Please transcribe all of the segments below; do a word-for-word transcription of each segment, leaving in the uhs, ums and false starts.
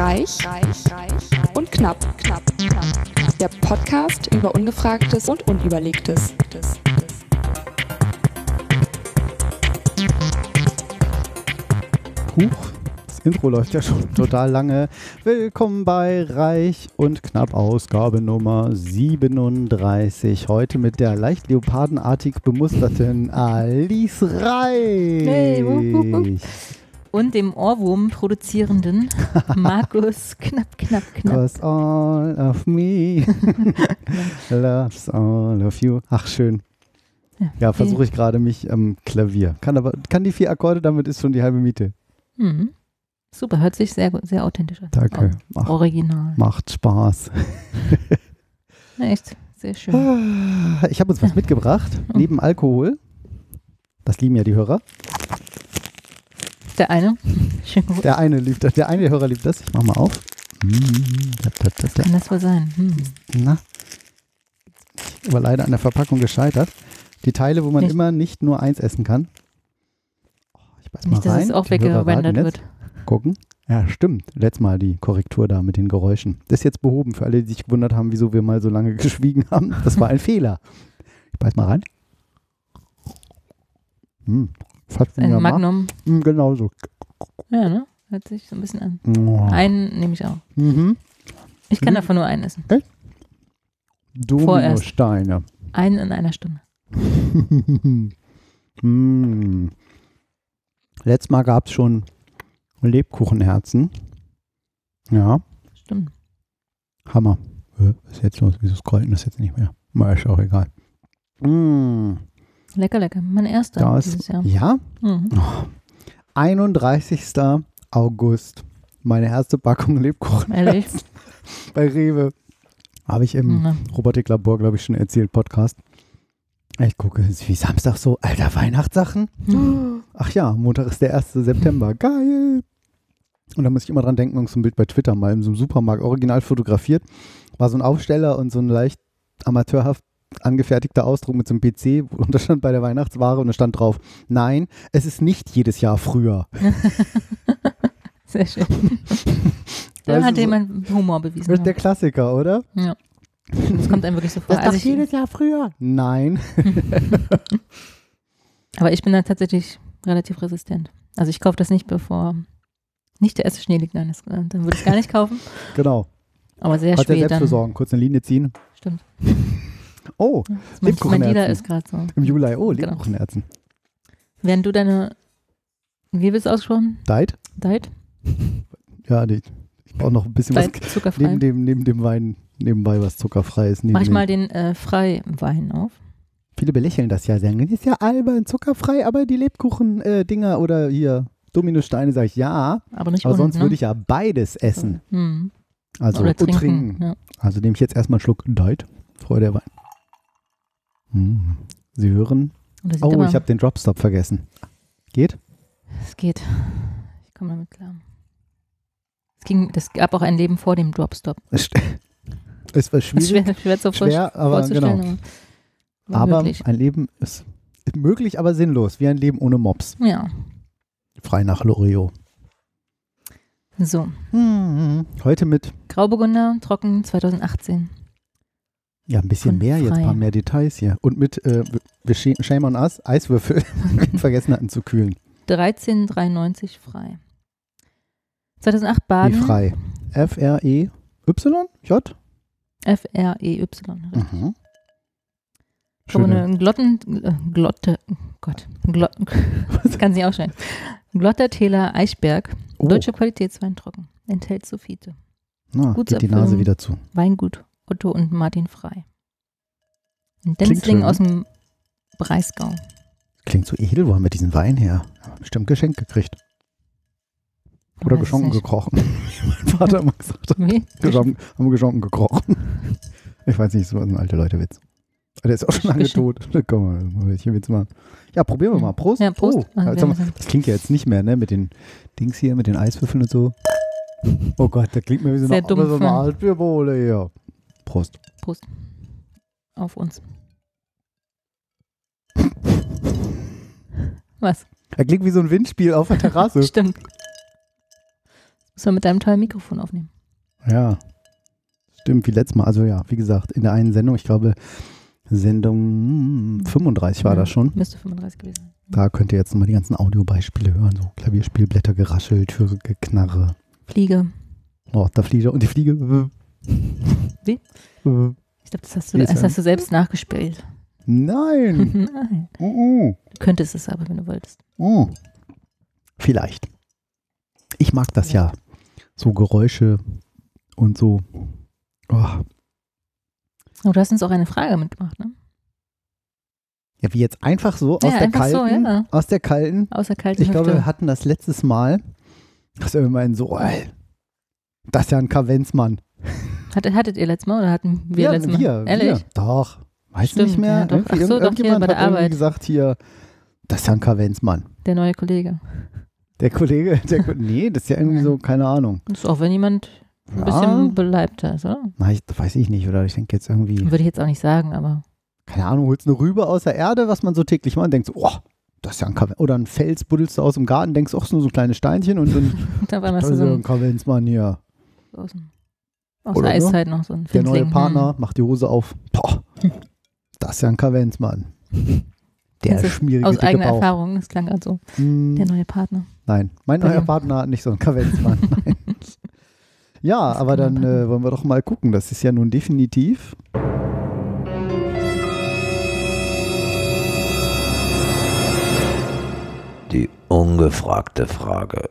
Reich, reich, reich und knapp, knapp, knapp. Der Podcast über Ungefragtes und Unüberlegtes. Huch, das Intro läuft ja schon total lange. Willkommen bei Reich und Knapp, Ausgabe Nummer siebenunddreißig. Heute mit der leicht leopardenartig bemusterten Alice Reich. Hey, wupp, wupp, wupp. Und dem Ohrwurm produzierenden Markus Knapp, Knapp, Knapp. 'Cause all of me loves all of you. Ach, schön. Ja, Ja, versuche ich gerade mich am Klavier. Kann aber, kann die vier Akkorde, damit ist schon die halbe Miete. Mhm. Super, hört sich sehr, sehr authentisch an. Danke. Au- Macht, Original. macht Spaß. Ja, echt, sehr schön. Ich habe uns was mitgebracht, neben Alkohol. Das lieben ja die Hörer. Der eine, schön gut. Der eine liebt das, der eine Hörer liebt das. Ich mach mal auf. Was kann das wohl sein? Hm. Na, aber leider an der Verpackung gescheitert. Die Teile, wo man Nicht- immer nicht nur eins essen kann. Oh, ich beiß mal Nicht, dass rein. es auch Die Hörer weggerendert raten wird. jetzt. Gucken. Ja, stimmt. Letztes Mal die Korrektur da mit den Geräuschen. Das ist jetzt behoben für alle, die sich gewundert haben, wieso wir mal so lange geschwiegen haben. Das war ein Fehler. Ich beiß mal rein. Hm. Fast Ein wieder mal. Magnum. Hm, genau so. Ja, ne? Hört sich so ein bisschen an. Oh. Einen nehme ich auch. Mhm. Ich kann Mhm. davon nur einen essen. Dominosteine. Einen in einer Stunde. mm. Letztes Mal gab es schon Lebkuchenherzen. Ja, Stimmt. Hammer. Hä, was ist jetzt los? Wieso scrollt das jetzt nicht mehr? Na, ist auch egal. Mm. Lecker, lecker. Mein erster Das, dieses Jahr. ja, Mhm. oh. einunddreißigster August. Meine erste Packung Lebkuchen Ehrlich? bei Rewe. Habe ich im Mhm. Robotiklabor, glaube ich, schon erzählt, Podcast. Ich gucke, es ist wie Samstag so, alter, Weihnachtssachen. Mhm. Ach ja, Montag ist der erste September. Geil. Und da muss ich immer dran denken, so ein Bild bei Twitter mal in so einem Supermarkt original fotografiert. War so ein Aufsteller und so ein leicht amateurhaft angefertigter Ausdruck mit so einem P C und da stand bei der Weihnachtsware und da stand drauf, nein, es ist nicht jedes Jahr früher. Sehr schön. Da Weißt hat du, jemand Humor bewiesen. Das ist der Klassiker, oder? Ja. Das kommt einem wirklich so vor. Das ist Also doch ich, jedes Jahr früher. Nein. aber ich bin da tatsächlich relativ resistent. Also ich kaufe das nicht, bevor nicht der erste Schnee liegt. Nein, das, dann würde ich es gar nicht kaufen. Genau. Aber sehr Kannst ja spät selbst dann. besorgen. Kurz eine Linie ziehen. Stimmt. Oh, Das ist mein, mein Lieder Lebkuchenherzen. ist gerade so. im Juli. Oh, Genau. Lebkuchenherzen. Während du deine, wie wird es ausgesprochen? Diet? Diet? Ja, die, ich brauche noch ein bisschen was Diet zuckerfrei. neben dem, neben dem Wein, nebenbei was zuckerfreies. Neben Mach ich dem- mal den äh, Freiwein auf. Viele belächeln das ja, sagen, das ist ja albern, zuckerfrei, aber die Lebkuchen-Dinger oder hier Dominosteine, sage ich ja. Aber nicht Aber ohne, sonst ne? würde ich ja beides essen. Hm. Also Oder und trinken. trinken. Ja. Also nehme ich jetzt erstmal einen Schluck Diet. Freude der Wein. Hm. Sie hören. Und das sieht Oh, aber, ich habe den Dropstop vergessen. Geht? es geht. Ich komme damit klar. Es ging, das gab auch ein Leben vor dem Dropstop. Es es war Das ist schwierig, schwer, schwer zu schwer, aber vorzustellen. genau. Aber, war Aber möglich. ein Leben ist möglich, aber sinnlos. Wie ein Leben ohne Mops. Ja. Frei nach Loriot. So. Hm. Heute mit Grauburgunder, trocken zweitausendachtzehn. ja, ein bisschen Von mehr, jetzt ein Frei. paar mehr Details hier. Und mit, äh, wir sch- Shame on Us, Eiswürfel, wir vergessen hatten zu kühlen. dreizehn dreiundneunzig frei. zweitausendacht Wie Baden. frei? F R E Y? J? F R E Y. Mhm. Aber Schöne, eine Glotten, äh, Glotte, oh Gott, Glotten, das kann sie auch schreiben. Glottertäler Eichberg, oh, deutsche Qualitätswein trocken, enthält Sulfite. na, Gutsabfüllung. geht die Nase wieder zu. Weingut Otto und Martin Frei. Ein Klingt Denzling schön. aus dem Breisgau. Klingt so edel, wo haben wir diesen Wein her? Haben wir bestimmt geschenkt gekriegt. Oder Weiß es geschonken nicht. gekrochen. Wie mein Vater immer gesagt hat. Wie? Geschonken, haben wir geschonken gekrochen. Ich weiß nicht, so ein alter Leute-Witz. Aber der ist auch schon lange Geschenkt. tot. Da kann man welche Witz machen. Ja, probieren wir mal. Prost. Ja, Prost. Oh, Also, jetzt wir haben wir, haben- das klingt ja jetzt nicht mehr, ne? Mit den Dings hier, mit den Eiswürfeln und so. Oh Gott, da klingt mir wie so Sehr eine, dumpf, so eine ne? Altbierbowle hier. Prost. Prost. Auf uns. Was? Er klingt wie so ein Windspiel auf der Terrasse. Stimmt. Muss man mit deinem tollen Mikrofon aufnehmen. Ja, stimmt, wie letztes Mal. Also ja, wie gesagt, in der einen Sendung, ich glaube, Sendung fünfunddreißig war ja, das schon. Müsste fünfunddreißig gewesen sein. Da könnt ihr jetzt nochmal die ganzen Audiobeispiele hören. So Klavierspiel, Blättergeraschel, Türgeknarre. Fliege. Oh, da fliege und die Fliege. Wie? Äh, Ich glaube, das, hast du, das hast du selbst nachgespielt. Nein. Nein. uh, uh, Du könntest es aber, wenn du wolltest. uh. Vielleicht. Ich mag das ja. So Geräusche und so. Oh. Aber du hast uns auch eine Frage mitgemacht, ne? Ja, wie jetzt einfach so aus Ja, der einfach so, kalten, ja. aus der kalten. Außer kalte Ich glaube, Hüfte. wir hatten das letztes Mal. Das ist irgendwann so, ey, das ist ja ein Kavenzmann. Hattet, hattet ihr letztes Mal oder hatten wir ja, letztes Mal? wir, Ehrlich? wir. Doch. Weiß Stimmt, nicht mehr. ja, doch. Irgendwie- Ach so, doch, hier irgendjemand bei der hat irgendwie Arbeit. gesagt hier, das ist ja ein Kavenzmann. Der neue Kollege. Der Kollege, der, Ko- nee, das ist ja irgendwie so, keine Ahnung. Das ist auch, wenn jemand ein Ja. bisschen beleibter ist, oder? Na, ich, weiß ich nicht, oder ich denke jetzt irgendwie, Würde ich jetzt auch nicht sagen, aber keine Ahnung, holst eine Rübe aus der Erde, was man so täglich macht und denkst, oh, das ist ja ein Kavenzmann. Oder ein Fels buddelst du aus dem Garten, denkst, ach, nur so kleine Steinchen und dann, da war das das ist so ja ein, ein Kavenzmann hier. aus, dem- aus Oder der so. Eiszeit noch so ein Der neue Findling. Partner macht die Hose auf. Boah, das ist ja ein Kavenzmann. Der Das ist schmierige, Aus dicke eigener Bauch. Erfahrung, das klang halt so. Hm, Der neue Partner. nein, mein Der- neuer Partner hat nicht so einen Kavenzmann. Nein. Ja, Das aber kann dann man äh, wollen wir doch mal gucken. Das ist ja nun definitiv. Die ungefragte Frage.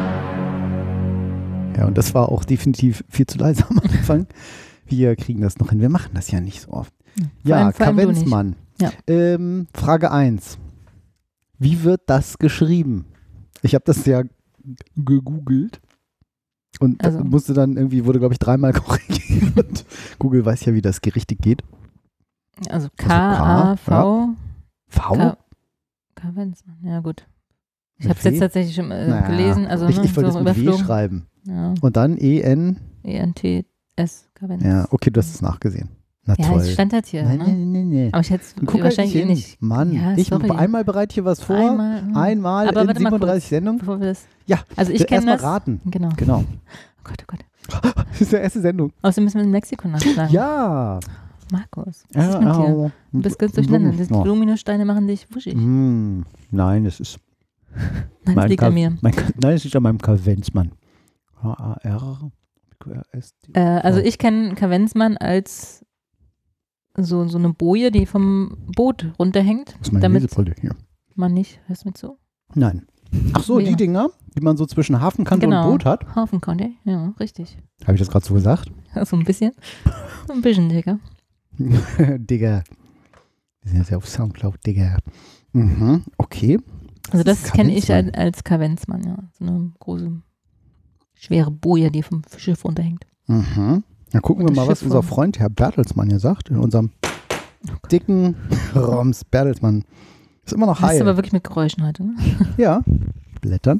Ja, und das war auch definitiv viel zu leise am Anfang. Wir kriegen das noch hin. Wir machen das ja nicht so oft. Vor Ja, allem- vor allem du nicht. Kavenzmann. Ja. Ähm, Frage eins. Wie wird das geschrieben? Ich habe das ja gegoogelt und Also. musste dann irgendwie, wurde glaube ich dreimal korrigiert. Google weiß ja, wie das richtig geht. Also K, K A V. V? K- Kavenzmann, ja gut. Ich Mit habe es jetzt W? tatsächlich schon äh, Naja, gelesen, also ich, ne, ich wollte so es mit W überflogen. schreiben. Ja, Und dann E N. E N T S, Kavenzmann. Ja, okay, du hast es nachgesehen. Na Ja, toll. es stand halt hier. Nein, ne? nein, nein, nein. Aber ich hätte es Guck halt wahrscheinlich nicht eh hin. nicht. Mann, Ja, ich sorry. einmal bereite hier was vor. Einmal, hm. Einmal Aber in warte mal siebenunddreißig kurz, Sendungen. Bevor wir das. Ja, Also ich kenne erstmal das. raten. Genau. Genau. Oh Gott, oh Gott. Das ist die erste Sendung. Außerdem müssen wir in Mexiko nachschlagen. Ja. Markus, was ist Ja, mit dir? ja. Du bist ganz durcheinander. Die Ja. Luminosteine machen dich wuschig. Mm, nein, das ist Nein, das liegt Ka- an mir. Mein, Ka- nein, das liegt an meinem Kavenzmann. H A R Q R S T. Äh, also Ja. ich kenne Kavenzmann als so, so eine Boje, die vom Boot runterhängt, Das ist meine damit Lesebrille hier. man nicht, hörst du mit so? Nein. Ach so, Ja. die Dinger, die man so zwischen Hafenkante Genau. und Boot hat. Hafenkante, ja, richtig. Habe ich das gerade so gesagt? So ein bisschen. So ein bisschen, Digga. Digga. Wir sind jetzt ja auf Soundcloud, Digga. Mhm, okay. Also das ist kenne ich Kavenzmann. als, als Kavenzmann, ja. So eine große, schwere Boje, die vom Schiff runterhängt. Mhm. Dann gucken Und wir das mal, was Schiff unser vom- Freund Herr Bertelsmann hier sagt. In unserem dicken Roms Bertelsmann. Ist immer noch Das ist heil. aber wirklich mit Geräuschen heute, ne? Ja. Blättern.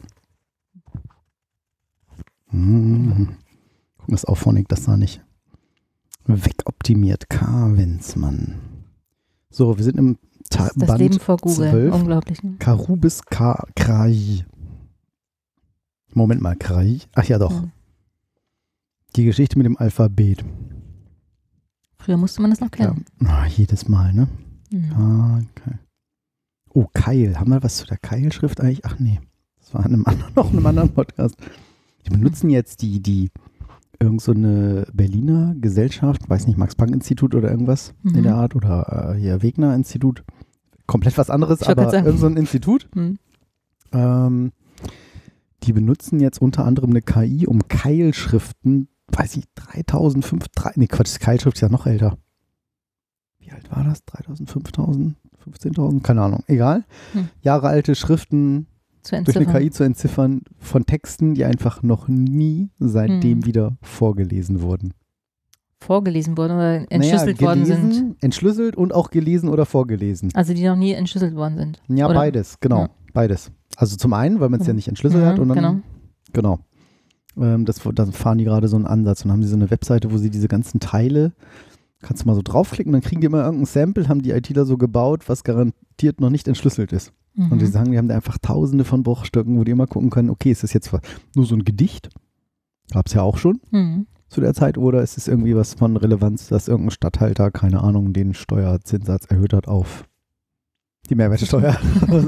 Mhm. Gucken, das Auphonic das da nicht wegoptimiert. Kavenzmann. So, wir sind im Ta Das Band Leben vor Google. zwölf. Unglaublich, ne? Karubis Ka Krai. Moment mal, Krai. Ach ja, doch. Ja. Die Geschichte mit dem Alphabet. Früher musste man das noch Ja. kennen. Ah, jedes Mal, ne? Mhm. Ah, okay. Oh, Keil. Haben wir was zu der Keilschrift eigentlich? Ach nee. Das war in einem anderen, noch in einem anderen Podcast. Die benutzen jetzt die, die irgend so eine Berliner Gesellschaft, weiß nicht, Max-Planck-Institut oder irgendwas Mhm. in der Art oder äh, hier Wegner-Institut. Komplett was anderes, Ich wollte aber grad sagen. irgend so ein Institut. Mhm. Ähm, die benutzen jetzt unter anderem eine K I, um Keilschriften, weiß ich, dreitausend, fünftausend, nee, Quatsch, Keilschrift ist ja noch älter. Wie alt war das? dreitausend, fünftausend, fünfzehntausend? Keine Ahnung, egal. Hm. Jahre alte Schriften Zu durch eine entziffern. K I zu entziffern von Texten, die einfach noch nie seitdem Hm. wieder vorgelesen wurden. Vorgelesen worden oder entschlüsselt naja, worden gelesen, sind. Entschlüsselt und auch gelesen oder vorgelesen. Also die noch nie entschlüsselt worden sind. Ja, Oder? beides, genau. Ja. Beides. Also zum einen, weil man es ja Mhm. nicht entschlüsselt Mhm, hat und dann genau. Genau. Ähm, das, da fahren die gerade so einen Ansatz und haben sie so eine Webseite, wo sie diese ganzen Teile, kannst du mal so draufklicken, dann kriegen die immer irgendein Sample, haben die ITler so gebaut, was garantiert noch nicht entschlüsselt ist. Mhm. Und die sagen, die haben da einfach tausende von Bruchstücken, wo die immer gucken können, okay, ist das jetzt nur so ein Gedicht Gab es ja auch schon Hm. zu der Zeit, oder ist es irgendwie was von Relevanz, dass irgendein Statthalter, keine Ahnung, den Steuerzinssatz erhöht hat auf die Mehrwertsteuer?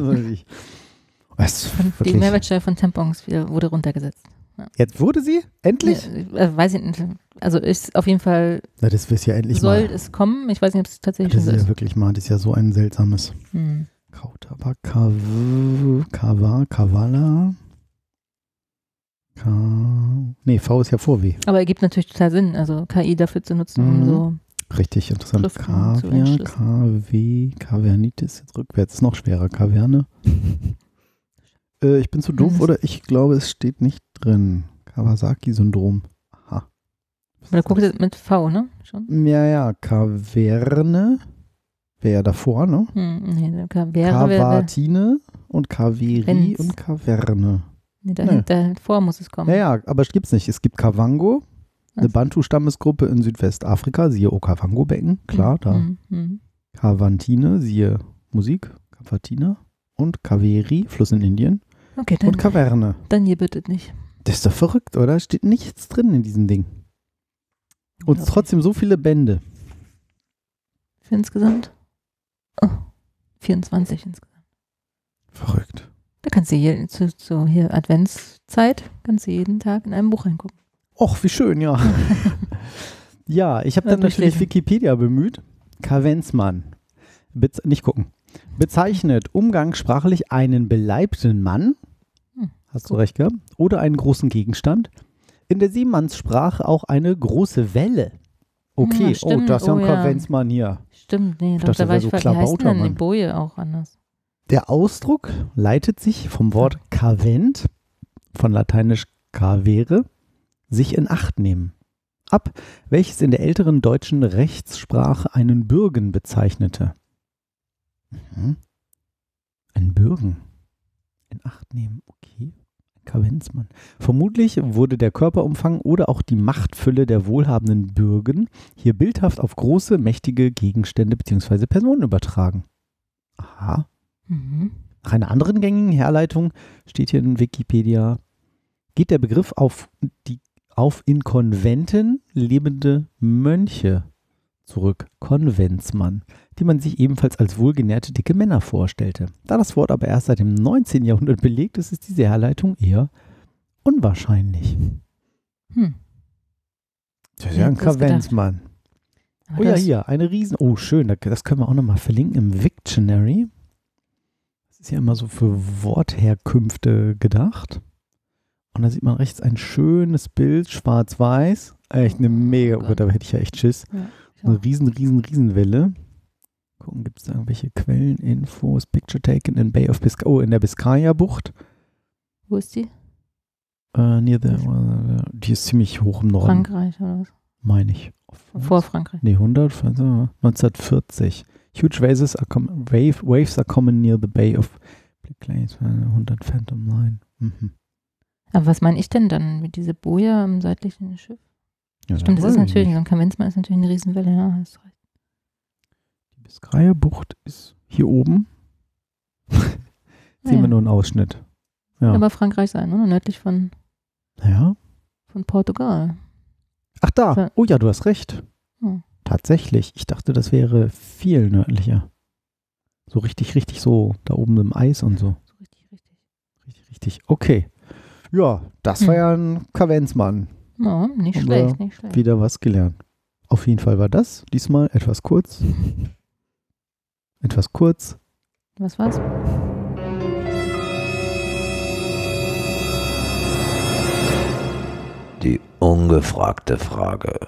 Was, Die wirklich? Mehrwertsteuer von Tampons wieder- wurde runtergesetzt. Jetzt wurde sie? Endlich? Ja, äh, weiß ich nicht. Also ist auf jeden Fall, Na, das wirst ja endlich soll mal. es kommen. Ich weiß nicht, ob es tatsächlich Das schon ist so ja ist. wirklich mal, das ist ja so ein seltsames. Hm. Kautabak, Kav, Kava, Kavala. Ka, nee, V ist ja vor W. Aber ergibt natürlich total Sinn, also K I dafür zu nutzen, um Mhm. so. Richtig interessant. Schriften zu Kaviar, entschlüsseln. K W, Kavernitis, jetzt rückwärts ist noch schwerer. Kaverne. äh, ich bin zu doof, Mhm. oder ich glaube, es steht nicht drin. Kawasaki-Syndrom. Aha. Aber da guckt ihr mit V, ne? Schon? Ja, ja, Kaverne wäre ja davor, ne? Hm, nee, K wäre, wäre, Kavatine und Kaveri Wenn's. und Kaverne. nee, dahinter, davor muss es kommen. Ja, ja, aber es gibt's nicht. Es gibt Kavango, eine Was? Bantu-Stammesgruppe in Südwestafrika, siehe Okavango-Becken, klar, da. Hm, hm. Kavantine, siehe Musik, Kavatina und Kaveri, Fluss in Indien Okay, dann, und Kaverne. dann hier bitte nicht. Das ist doch verrückt, oder? Steht nichts drin in diesem Ding. Und Unglaublich. trotzdem so viele Bände. Für insgesamt? Oh, vierundzwanzig insgesamt. Verrückt. Da kannst du hier, zu, zu hier Adventszeit, kannst du jeden Tag in einem Buch reingucken. Och, wie schön, ja. Ja, ich habe dann Ja, natürlich durchlesen. Wikipedia bemüht. Kavenzmann. Bez nicht gucken. Bezeichnet umgangssprachlich einen beleibten Mann, Hm, hast du gut. recht gehabt, oder einen großen Gegenstand. In der Seemannssprache auch eine große Welle. Okay, Ja, stimmt. oh, das ist ja ein Oh, ja. Kavenzmann hier. Stimmt, nee, Ich doch, dachte, da das war wär ich so ver- Wie heißt denn Klabautermann. eine Boje auch anders? Der Ausdruck leitet sich vom Wort cavent, von lateinisch cavere, sich in Acht nehmen, ab, welches in der älteren deutschen Rechtssprache einen Bürgen bezeichnete. Mhm. Ein Bürgen. In Acht nehmen, okay. Ein Kavenzmann. Vermutlich wurde der Körperumfang oder auch die Machtfülle der wohlhabenden Bürgen hier bildhaft auf große, mächtige Gegenstände bzw. Personen übertragen. Aha. Mhm. Nach einer anderen gängigen Herleitung steht hier in Wikipedia, geht der Begriff auf, die, auf in Konventen lebende Mönche zurück, Konventsmann, die man sich ebenfalls als wohlgenährte dicke Männer vorstellte. Da das Wort aber erst seit dem neunzehnten Jahrhundert belegt ist, ist diese Herleitung eher unwahrscheinlich. Hm. Das ist ja ein Wer hätte das gedacht? Konventsmann. Aber Oh ja, das- hier, eine riesen, oh schön, das können wir auch nochmal verlinken im Wiktionary. Das ist ja immer so für Wortherkünfte gedacht. Und da sieht man rechts ein schönes Bild, schwarz-weiß. Echt eine mega, oh Gott. Gott, da hätte ich ja echt Schiss. Ja, ich Eine auch. riesen, riesen, Riesenwelle. Gucken, gibt es da irgendwelche Quellen, Infos, Picture taken in Bay of Biscay, oh, in der Biscaya-Bucht. Wo ist die? Äh, near the, uh, die ist ziemlich hoch im Norden, Frankreich oder was? meine ich. Vor Frankreich. Nee, hundert, neunzehnhundertvierzig. Huge waves are, com wave, waves are common near the Bay of Biscay, hundert Phantom Line. Mhm. Aber was meine ich denn dann mit dieser Boje am seitlichen Schiff? Ja, Stimmt, das weiß ist ich natürlich, nicht. so ein Kavenzmann ist natürlich eine Riesenwelle, ja, hast recht. Die Biscaya Bucht ist hier oben. Sehen Ja. wir nur einen Ausschnitt. Ja. Aber Frankreich sein, oder? Nördlich von, ja. von Portugal. Ach da. So. Oh ja, du hast recht. Hm. Tatsächlich. Ich dachte, das wäre viel nördlicher. So richtig, richtig so da oben im Eis und so. So richtig, richtig. Richtig, richtig. Okay. Ja, das war Hm. ja ein Kavenzmann. Ja, nicht Aber schlecht, nicht schlecht. Wieder was gelernt. Auf jeden Fall war das diesmal etwas kurz. Etwas kurz. Was war's? Die ungefragte Frage.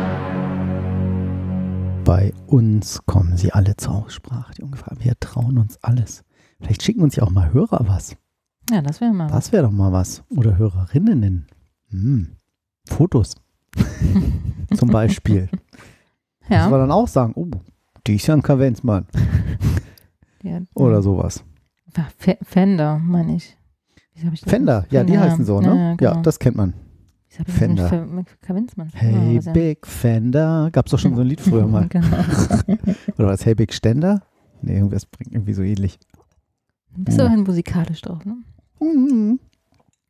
Bei uns kommen sie alle zur Aussprache. Die ungefragt. Wir trauen uns alles. Vielleicht schicken uns ja auch mal Hörer was. Ja, das wäre mal was. Das wäre doch mal was. Oder Hörerinnen. Hm. Fotos zum Beispiel. Dass wir Ja. dann auch sagen, oh, die ist ja ein Kavenzmann. ja. Oder sowas. Ach, Fe- Fender, meine ich. Wieso hab ich das Fender, nicht? ja, die Fender, heißen so, ne? Ja, Ja, genau. das kennt man. Wieso hab ich Fender. das nicht für Kavenzmann? Hey, Oh, was Big Fender. Gab es doch schon so ein Lied früher mal. Genau. Oder was? Hey, Big Ständer? Nee, irgendwas bringt irgendwie so ähnlich. Du bist Ja. auch musikalisch drauf, ne? Mhm.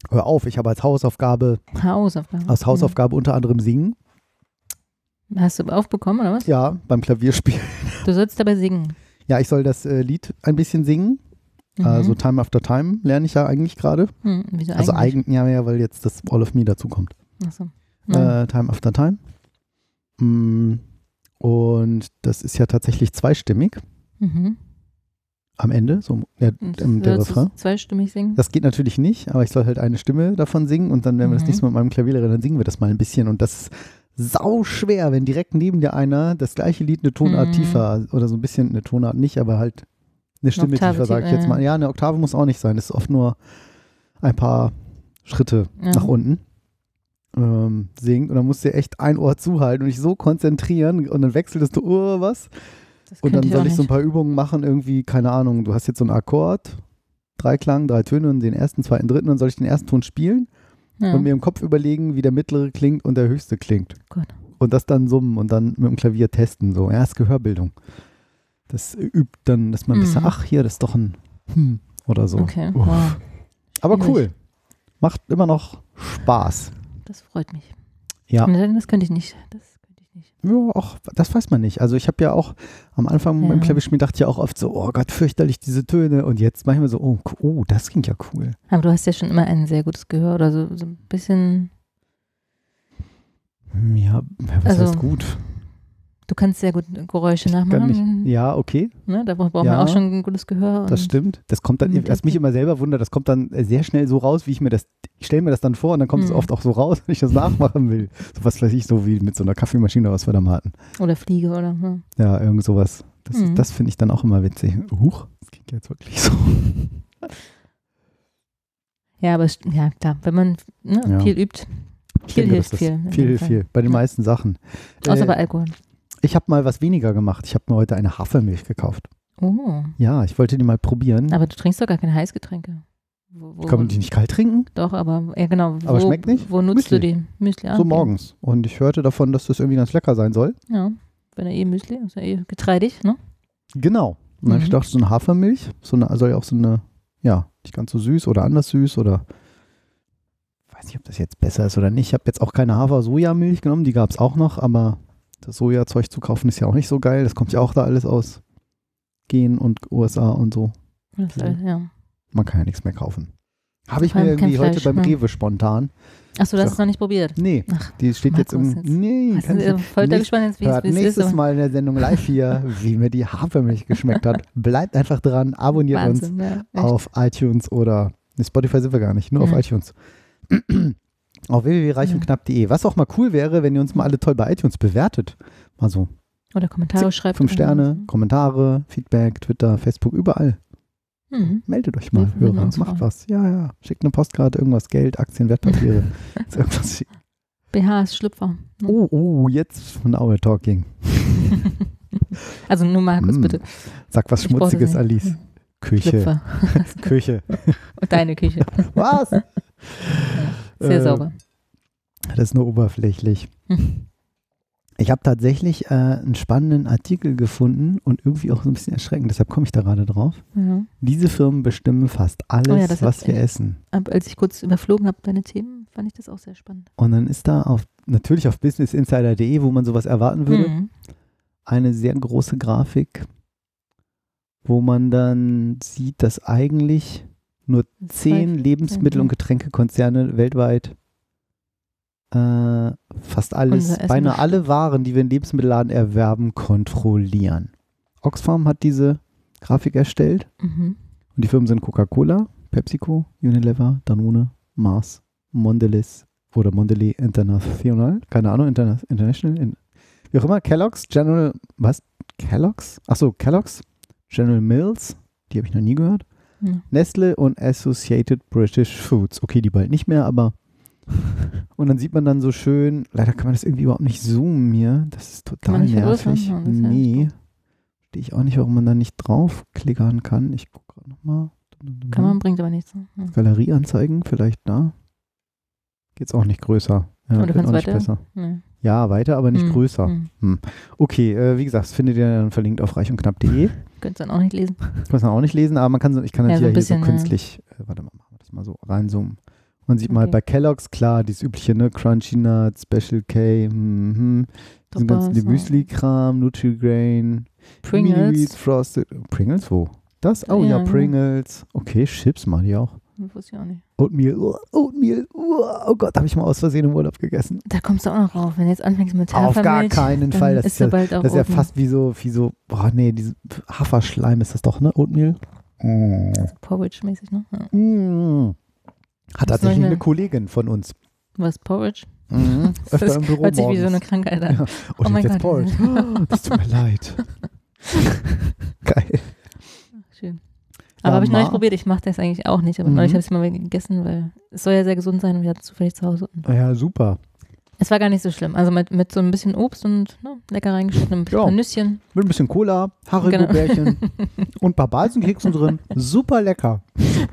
Hör auf, ich habe als Hausaufgabe, Hausaufgabe. als Hausaufgabe unter anderem singen. Hast du aufbekommen, oder was? Ja, beim Klavierspielen. Du sollst dabei singen. Ja, ich soll das äh, Lied ein bisschen singen. Mhm. Also Time After Time lerne ich ja eigentlich gerade. Hm, wieso Also eigentlich? eigentlich, ja, ja, weil jetzt das All of Me dazu kommt. Achso. Ja. Äh, Time After Time. Mm, und das ist ja tatsächlich zweistimmig Mhm. am Ende, so ja, Und ähm, der sollst du Refrain. zweistimmig singen? Das geht natürlich nicht, aber ich soll halt eine Stimme davon singen und dann, wenn wir das Mhm. nächste Mal mit meinem Klavierlehrer, dann singen wir das mal ein bisschen. Und das ist sau schwer, wenn direkt neben dir einer das gleiche Lied eine Tonart Mhm. tiefer oder so ein bisschen eine Tonart nicht, aber halt eine Stimme Oktave tiefer, sage ich tiefer, jetzt ja. mal. Ja, eine Oktave muss auch nicht sein. Das ist oft nur ein paar Schritte Ja. nach unten ähm, singt. Und dann musst du dir echt ein Ohr zuhalten und dich so konzentrieren und dann wechselst du oh, was. Das Und könnte dann soll auch ich so ein nicht. paar Übungen machen, irgendwie, keine Ahnung, du hast jetzt so einen Akkord, drei Klang, drei Töne und den ersten, zweiten, dritten, dann soll ich den ersten Ton spielen Ja. und mir im Kopf überlegen, wie der mittlere klingt und der höchste klingt. Gut. Und das dann summen und dann mit dem Klavier testen. So, ja, ist Gehörbildung. Das übt dann, dass man ein bisschen, Mhm. ach, hier, das ist doch ein Hm oder so. Okay, Uff. wow. Aber Schwierig. cool. Macht immer noch Spaß. Das freut mich. Ja. Und das könnte ich nicht. Das könnte ich nicht. Ja, auch, das weiß man nicht. Also ich habe ja auch am Anfang Ja. beim Klavierspielen dachte ich ja auch oft so, oh Gott, fürchterlich diese Töne. Und jetzt manchmal so, oh, oh, das klingt ja cool. Aber du hast ja schon immer ein sehr gutes Gehör oder so, so ein bisschen. Hm, Ja, was Also, heißt gut? Du kannst sehr gut Geräusche Kann nachmachen. nicht, ja, okay, Ne? Da braucht man Ja, auch schon ein gutes Gehör. das und- stimmt. Das kommt dann, mit was mich der- immer selber wundert, das kommt dann sehr schnell so raus, wie ich mir das, ich stelle mir das dann vor und dann kommt es Mhm. oft auch so raus, wenn ich das nachmachen will. So was weiß ich, so wie mit so einer Kaffeemaschine, was wir da mal hatten. Oder Fliege oder. Hm. Ja, irgend sowas. Das, Mhm. das finde ich dann auch immer witzig. Huch, das klingt jetzt wirklich so. Ja, aber es- ja, klar, wenn man ne, Ja. viel übt, Ich viel denke, hilft dass das viel. in Viel dem hilft Fall. viel. Bei den Ja. meisten Sachen. Außer Äh, bei Alkohol. Ich habe mal was weniger gemacht. Ich habe mir heute eine Hafermilch gekauft. Oh. Ja, ich wollte die mal probieren. Aber du trinkst doch gar keine Heißgetränke. Wo, wo, Kann man die nicht kalt trinken? Doch, aber ja genau. Wo, Aber schmeckt nicht? Wo nutzt Müsli. du die? Müsli. ah, So okay. morgens. Und ich hörte davon, dass das irgendwie ganz lecker sein soll. Ja, wenn er eh Müsli, ist ja eh getreidig, ne? Genau. Und dann habe ich Mhm. gedacht, so eine Hafermilch, so eine, soll ja auch so eine, ja, nicht ganz so süß oder anders süß oder weiß nicht, ob das jetzt besser ist oder nicht. Ich habe jetzt auch keine Hafer-Sojamilch genommen, die gab es auch noch, aber das Sojazeug zu kaufen ist ja auch nicht so geil. Das kommt ja auch da alles aus Gen und U S A und so. Das, Ja. äh, ja. Man kann ja nichts mehr kaufen. Habe ich Vor mir allem kein irgendwie heute Fleisch, beim ne? Rewe spontan. Achso, du hast Ach. es noch nicht probiert. Nee, Ach, die steht jetzt im. Markus, jetzt Nee, Hast kann du ich äh, voll nicht. gespannt jetzt, wie es Hört wie es ist. nächstes aber- Mal in der Sendung live hier, wie mir die Hafermilch geschmeckt hat. Bleibt einfach dran, abonniert Wahnsinn, ja, uns echt. auf iTunes oder ne, Spotify sind wir gar nicht, nur Mhm. auf iTunes. Auf w w w punkt reich und knapp punkt de. Was auch mal cool wäre, wenn ihr uns mal alle toll bei iTunes bewertet. Mal so Oder Kommentare schreibt. fünf oder Sterne, so. Kommentare, Feedback, Twitter, Facebook, überall. Mhm. Meldet euch mal, Wir würden Hörer. uns Macht freuen. was. Ja, ja. Schickt eine Postkarte, irgendwas, Geld, Aktien, Wertpapiere. Ist irgendwas. B H ist Schlüpfer. Ne? Oh, oh, jetzt Now we're talking. Also nur Markus, Mm. bitte. Sag was Ich brauch das Schmutziges, nicht. Alice. Küche. Schlüpfer. Küche. Und deine Küche. Was? Sehr Äh, sauber. Das ist nur oberflächlich. Hm. Ich habe tatsächlich äh, einen spannenden Artikel gefunden und irgendwie auch so ein bisschen erschreckend, deshalb komme ich da gerade drauf. Ja. Diese Firmen bestimmen fast alles, Oh ja, das was hat- wir essen. Aber als ich kurz überflogen habe, deine Themen, fand ich das auch sehr spannend. Und dann ist da auf, natürlich auf business insider punkt de, wo man sowas erwarten würde, Mhm. eine sehr große Grafik, wo man dann sieht, dass eigentlich nur zehn Lebensmittel- und Getränkekonzerne weltweit äh, fast alles, Unser Essen beinahe bestimmt. alle Waren, die wir in Lebensmittelladen erwerben, kontrollieren. Oxfam hat diese Grafik erstellt Mhm. und die Firmen sind Coca-Cola, PepsiCo, Unilever, Danone, Mars, Mondelez oder Mondelez International, keine Ahnung, Interna International, in, wie auch immer, Kellogg's, General, was? Kellogg's? Achso, Kellogg's, General Mills, die habe ich noch nie gehört, Ja. Nestle und Associated British Foods. Okay, die bald nicht mehr, aber und dann sieht man dann so schön, leider kann man das irgendwie überhaupt nicht zoomen hier, das ist Kann total man nicht vergrößern? nervig. Ja, das ist ja Nee, echt verstehe ich auch nicht, warum man da nicht draufklickern kann. Ich gucke gerade nochmal. Kann man, bringt aber nichts. Ne? Ja. Galerie anzeigen, vielleicht da. Geht's auch nicht größer. Ja, Aber du geht kannst auch nicht weiter? besser. Nee. Ja, weiter, aber nicht Hm, größer. hm. Okay, äh, wie gesagt, das findet ihr dann verlinkt auf reich und knapp punkt de. Könntest du dann auch nicht lesen. Kann man auch nicht lesen, aber man kann so, ich kann Ja, natürlich so ein hier bisschen, so künstlich, äh, warte mal, machen wir das mal so reinzoomen. Man sieht mal Okay. bei Kellogg's, klar, dieses übliche, ne? Crunchy Nut, Special K, mhm. Diesen ganzen die Toppers, Müsli-Kram, Nutri-Grain, Mini-Wheat, Pringles. Frosted. Pringles, wo? Das? Oh ja, Ja, ja. Pringles. Okay, Chips machen die auch. Das wusste ich auch nicht. Oatmeal, oh, Oatmeal, oh, oh Gott, habe ich mal aus Versehen im Urlaub gegessen. Da kommst du auch noch rauf. Wenn du jetzt anfängst mit Auf gar Hafermilch, keinen dann Fall. Das ist ist ja, ja bald auch das ist ja Oatmeal. fast wie so, wie so, boah, nee, diese Haferschleim ist das doch, ne? Oatmeal? Mm. Porridge-mäßig, ne? Ja. Mm. Hat Muss tatsächlich noch eine mehr- Kollegin von uns. Was, Porridge? Mhm. Das Öfter im Büro hört sich wie so eine morgens. Krankheit an. Ja. Oh Und mein jetzt Gott. Porridge. Oh, das tut mir leid. Geil. Schön. Aber Ja, habe ich neulich Ma- probiert. Ich mache das eigentlich auch nicht. Aber Mhm. neulich habe ich es mal gegessen, weil es soll ja sehr gesund sein und wir hatten es zufällig zu Hause. Und Ja, super. es war gar nicht so schlimm. Also mit, mit so ein bisschen Obst und ne, lecker reingeschnitten, ein Ja. paar Nüsschen. Mit ein bisschen Cola, Genau. Haribo-Bärchen und ein paar Balsenkeksen drin. Super lecker.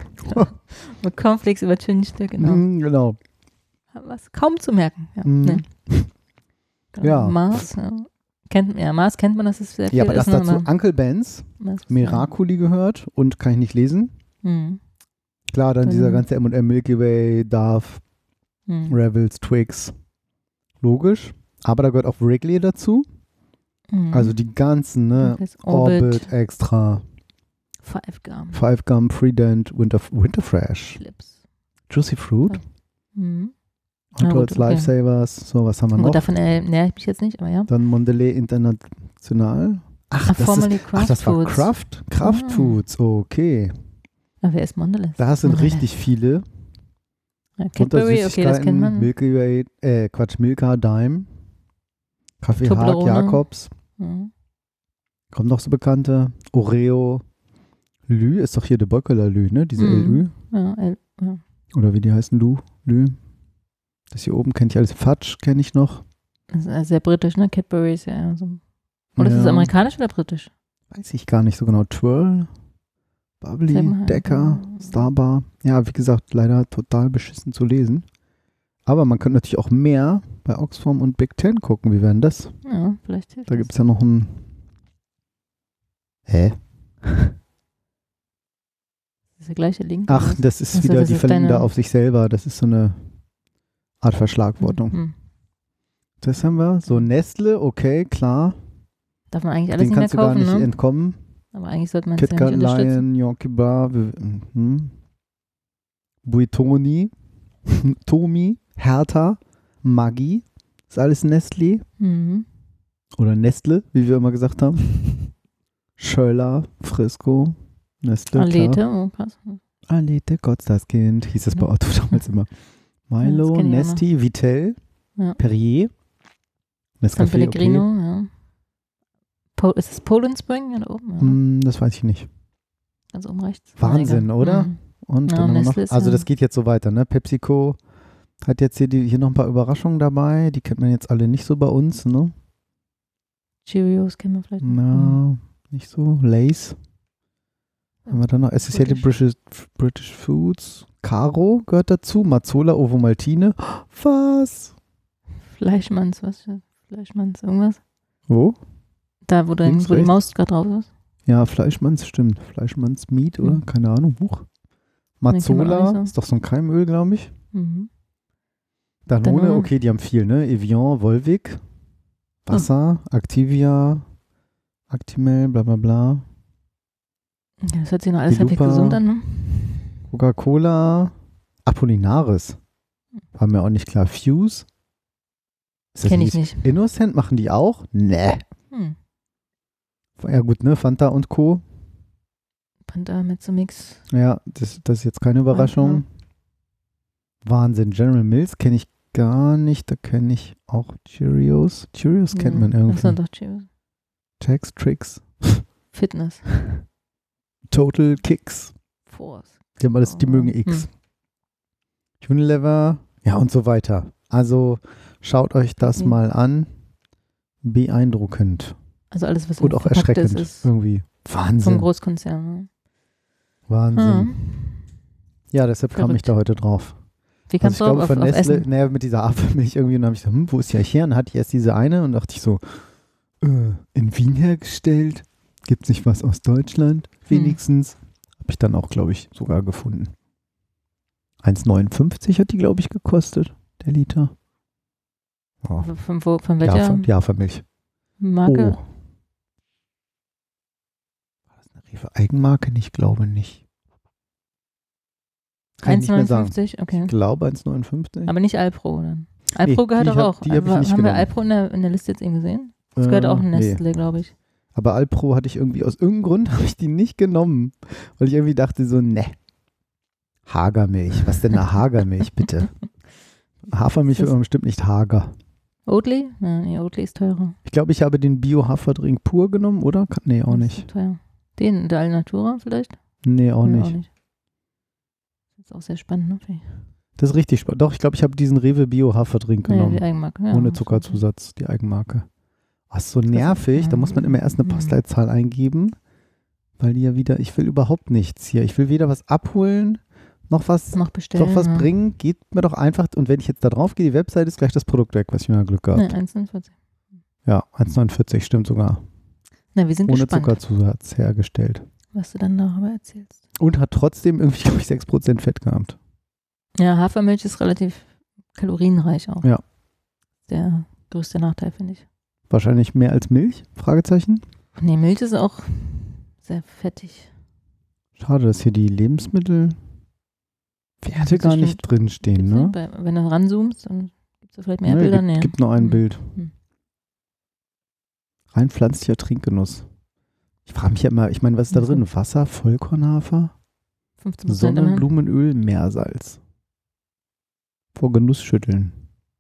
Mit Cornflakes übertüncht. Genau. Mhm, genau. Was kaum zu merken. Ja. Mhm. Nee. Genau. Ja. Mars, ja. Kennt, ja, Mars kennt man, dass es sehr viel Ja, aber das ist. ne, dazu aber Uncle Ben's, Mars ist- Miracoli gehört und kann ich nicht lesen. Mhm. Klar, dann Dann- dieser ganze M und M, Milky Way, Dove, Mhm. Rebels, Twix. Logisch. Aber da gehört auch Wrigley dazu. Mhm. Also die ganzen, ne? Das Orbit, Orbit, Extra, Five Gum, Five Gum, Freedent, Winter, Winter Fresh, Flips. Juicy Fruit, Mhm. Hot Ja, gut, Rods, okay. Lifesavers, so was haben wir Gut, noch? davon ernähre ich mich jetzt nicht, aber ja. Dann Mondelez International. Ach, Ach, das, ist, formerly ach Kraft das war Foods. Kraft, Kraft Ah. Foods, okay. Aber wer ist Mondelez? Da sind Mondelez. richtig viele. Ja, Unter Cadbury, okay, das kennt man. Milky Way, äh, Quatsch, Milka, Dime, Kaffee Haag, Toblerone. Jakobs, Mhm. kommt noch so bekannte, Oreo, Lü, ist doch hier der Böckeler Lü, ne? Diese Mhm. L Ü. Ja, El- ja. Oder wie die heißen, Lu, Lü. Das hier oben kenne ich alles. Fudge kenne ich noch. Das ist ja sehr britisch, ne? Cadbury ist ja eher so. Oder ist es Ja, amerikanisch oder britisch? weiß ich gar nicht so genau. Twirl, Zeig Bubbly, mal. Decker, Starbar. Ja, wie gesagt, leider total beschissen zu lesen. Aber man könnte natürlich auch mehr bei Oxfam und Big Ten gucken. Wie wäre denn das? Ja, vielleicht hilft Da das. gibt es ja noch ein... Hä? Das ist der gleiche Link. Ach, oder was? das ist Ach so, wieder, das die ist verlinken deine- da auf sich selber. Das ist so eine Art Verschlagwortung. Hm. Das haben wir. So Nestle, okay, klar. Darf man eigentlich alles Den nicht mehr kannst du gar kaufen, nicht ne? entkommen. Aber eigentlich sollte man es ja KitKat, nicht unterstützen. Lion, Yorkie Bar, wir- mhm. Buitoni, Tomi, Hertha, Maggi, ist alles Nestle Mhm. oder Nestle, wie wir immer gesagt haben. Schöller, Frisco, Nestle, Alete, klar. oh krass. Alete, Gott das Kind, hieß es bei Ja. Otto damals immer. Milo, das kenn ich auch Nesti, Vitell, Ja. Perrier, San Nescafé, Pellegrino, okay. ja. Po ist es Poland Spring? Ja, da oben, ja. Hm, das weiß ich nicht. Ganz oben rechts. Wahnsinn, Egal. oder? Mhm. Und Ja, dann haben wir noch, Nestle ist also ja- das geht jetzt so weiter, ne? PepsiCo hat jetzt hier, die, hier noch ein paar Überraschungen dabei, die kennt man jetzt alle nicht so bei uns, ne? Cheerios kennen wir vielleicht. noch. Mhm. Na, nicht so. Lays. Haben wir dann noch Essentielle British, British Foods. Caro gehört dazu. Mazzola, Ovomaltine. Was? Fleischmanns, was? für- Fleischmanns, irgendwas? Wo? Da, wo, dein, Links, wo die rechts? Maus gerade drauf ist. Ja, Fleischmanns, stimmt. Fleischmanns Meat, oder? Mhm. Keine Ahnung. Buch. Nee, kennt man auch Mazzola, nicht so. ist doch so ein Keimöl, glaube ich. Mhm. Danone, Danone. okay, die haben viel, ne? Evian, Volvic, Wasser, Activia, Actimel, bla bla bla. Ja, das hört sich noch alles Die halbwegs Lupa. gesund an, ne? Coca-Cola, Apollinaris. War mir auch nicht klar. Fuse? Ist das Kenn ich nicht. Innocent machen die auch? Nee. Hm. Ja gut, ne? Fanta und Co. Panda mit so Mix. Ja, das, das ist jetzt keine Überraschung. Wahnsinn. General Mills kenne ich gar nicht. Da kenne ich auch Cheerios. Cheerios kennt man irgendwie. Achso, doch, Cheerios. Tex, Tricks, Fitness. Total Kicks. Force. Die haben alles, die Oh. mögen X. Unilever, ja und so weiter. Also schaut euch das Okay. mal an. Beeindruckend. Also alles, was Und auch verpackt erschreckend. ist, ist Irgendwie. vom Wahnsinn. Großkonzern. Ne? Wahnsinn. Hm. Ja, deshalb kam ich Verrückt. da heute drauf. Wie Also kannst ich du glaube auf, von auf Nestle, Essen? naja, mit dieser Hafermilch irgendwie, und dann habe ich so, hm, wo ist die eigentlich her? Und dann hatte ich erst diese eine und dachte ich so, äh, in Wien hergestellt? Gibt es nicht was aus Deutschland? Wenigstens. Habe ich dann auch, glaube ich, sogar gefunden. eins neunundfünfzig hat die, glaube ich, gekostet, der Liter. Oh. Von, von, von welcher Ja, ja, für Milch. Marke? Oh. War das eine Rewe Eigenmarke? Ich glaube nicht. Kann ich nicht mehr sagen. eins neunundfünfzig, okay. Ich glaube eins neunundfünfzig. Aber nicht Alpro, oder? Alpro Nee, gehört die doch hab- auch. die hab ich Aber nicht haben wir genommen. Alpro in der, in der Liste jetzt eben gesehen? Das gehört Äh, auch ein nee. Nestle, glaube ich. Aber Alpro hatte ich irgendwie, aus irgendeinem Grund habe ich die nicht genommen. Weil ich irgendwie dachte so, ne. Hagermilch. Was denn eine Hagermilch, bitte? Hafermilch wird man bestimmt nicht Hager. Oatly? Ja, nee, Oatly ist teurer. Ich glaube, ich habe den Bio-Haferdrink pur genommen, oder? Kann- Nee, auch Das nicht. ist teuer. Den, der Alnatura vielleicht? Nee, auch Nee, nicht. Das ist auch sehr spannend, ne? Für- Das ist richtig spannend. Doch, ich glaube, ich habe diesen Rewe Bio-Haferdrink Ja, genommen. die Eigenmarke. Ja, Ohne das Zuckerzusatz, die Eigenmarke. Ach, ist so nervig. Da muss man immer erst eine Mhm. Postleitzahl eingeben, weil die ja wieder, ich will überhaupt nichts hier. Ich will weder was abholen, noch was, Noch bestellen. noch was ja. bringen. Geht mir doch einfach. Und wenn ich jetzt da drauf gehe, die Website ist gleich das Produkt weg, was ich mir Glück gehabt. Nee, eins neunundvierzig. Ja, eins neunundvierzig stimmt sogar. Na, wir sind Ohne gespannt, Zuckerzusatz hergestellt. was du dann darüber erzählst. Und hat trotzdem irgendwie, glaube ich, sechs Prozent Fett gehabt. Ja, Hafermilch ist relativ kalorienreich auch. Ja. Der größte Nachteil, finde ich. Wahrscheinlich mehr als Milch? Fragezeichen. Nee, Milch ist auch sehr fettig. Schade, dass hier die Lebensmittel Werte Das gar stimmt. nicht drinstehen, Gibt's ne? nicht bei, wenn du ranzoomst, dann gibt es da vielleicht mehr Nee, Bilder. gibt, Nee. gibt nur ein Hm. Bild. Hm. Rein pflanzlicher Trinkgenuss. Ich frage mich ja immer, ich meine, was ist da Also. drin? Wasser, Vollkornhafer, fünfzehn Prozent immerhin. Sonnenblumenöl, Meersalz. Vor Genuss schütteln.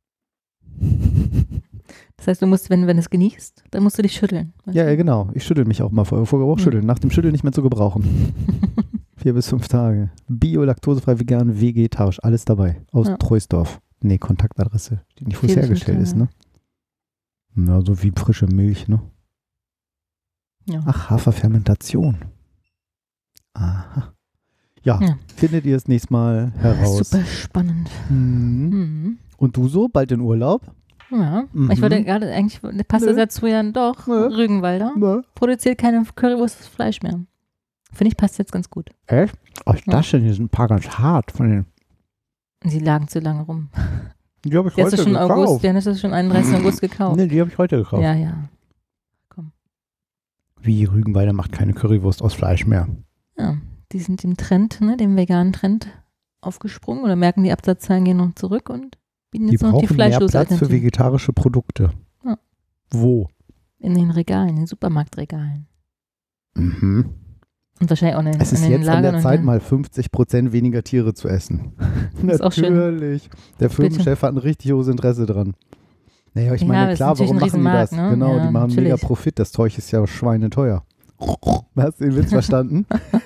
Das heißt, du musst, wenn, wenn es genießt, dann musst du dich schütteln. weißt Ja, du? ja, genau. Ich schüttel mich auch mal vor, vor Gebrauch Hm. schütteln. Nach dem Schütteln nicht mehr zu gebrauchen. Vier bis fünf Tage. Bio, laktosefrei, vegan, vegetarisch. Alles dabei. Aus Ja. Treusdorf. Nee, Kontaktadresse. Die nicht, wo es Vier bis fünf hergestellt ist, Tage. ne? Ja, so wie frische Milch, ne? Ja. Ach, Haferfermentation. Aha. Ja, Ja. findet ihr das nächste Mal heraus. Super spannend. Mhm. Mhm. Und du so? Bald in Urlaub? Ja, Mhm. ich wollte gerade, eigentlich passt Nö. das dazu ja doch. Nö. Rügenwalder Ne? produziert keine Currywurst Fleisch mehr. Finde ich, passt jetzt ganz gut. Echt? Oh, Ja. das denn? Die sind ein paar ganz hart von den. Und sie lagen zu lange rum. Die habe ich Die hast heute du schon gekauft. August, die hast du schon einunddreißigsten August gekauft. Nee, die habe ich heute gekauft. Ja, ja. Komm. Wie, Rügenwalder macht keine Currywurst aus Fleisch mehr. Ja, die sind dem Trend, ne, dem veganen Trend aufgesprungen oder merken, die Absatzzahlen gehen noch zurück und bieten Die jetzt noch die brauchen mehr fleischlose Platz für Alternative. vegetarische Produkte. Ja. Wo? In den Regalen, in den Supermarktregalen. Mhm. Und wahrscheinlich auch in den, Es ist in den jetzt an Lagern. der und Zeit, den- mal fünfzig Prozent weniger Tiere zu essen. Ist auch schön. Natürlich. Der Firmenchef hat ein richtig hohes Interesse dran. Naja, ich Ja, meine, aber es ist klar, natürlich warum ein machen die das? Riesenmarkt, ne? Genau, Ja, die machen mega natürlich. Profit. Das Zeug ist ja schweineteuer. Hast du den Witz verstanden?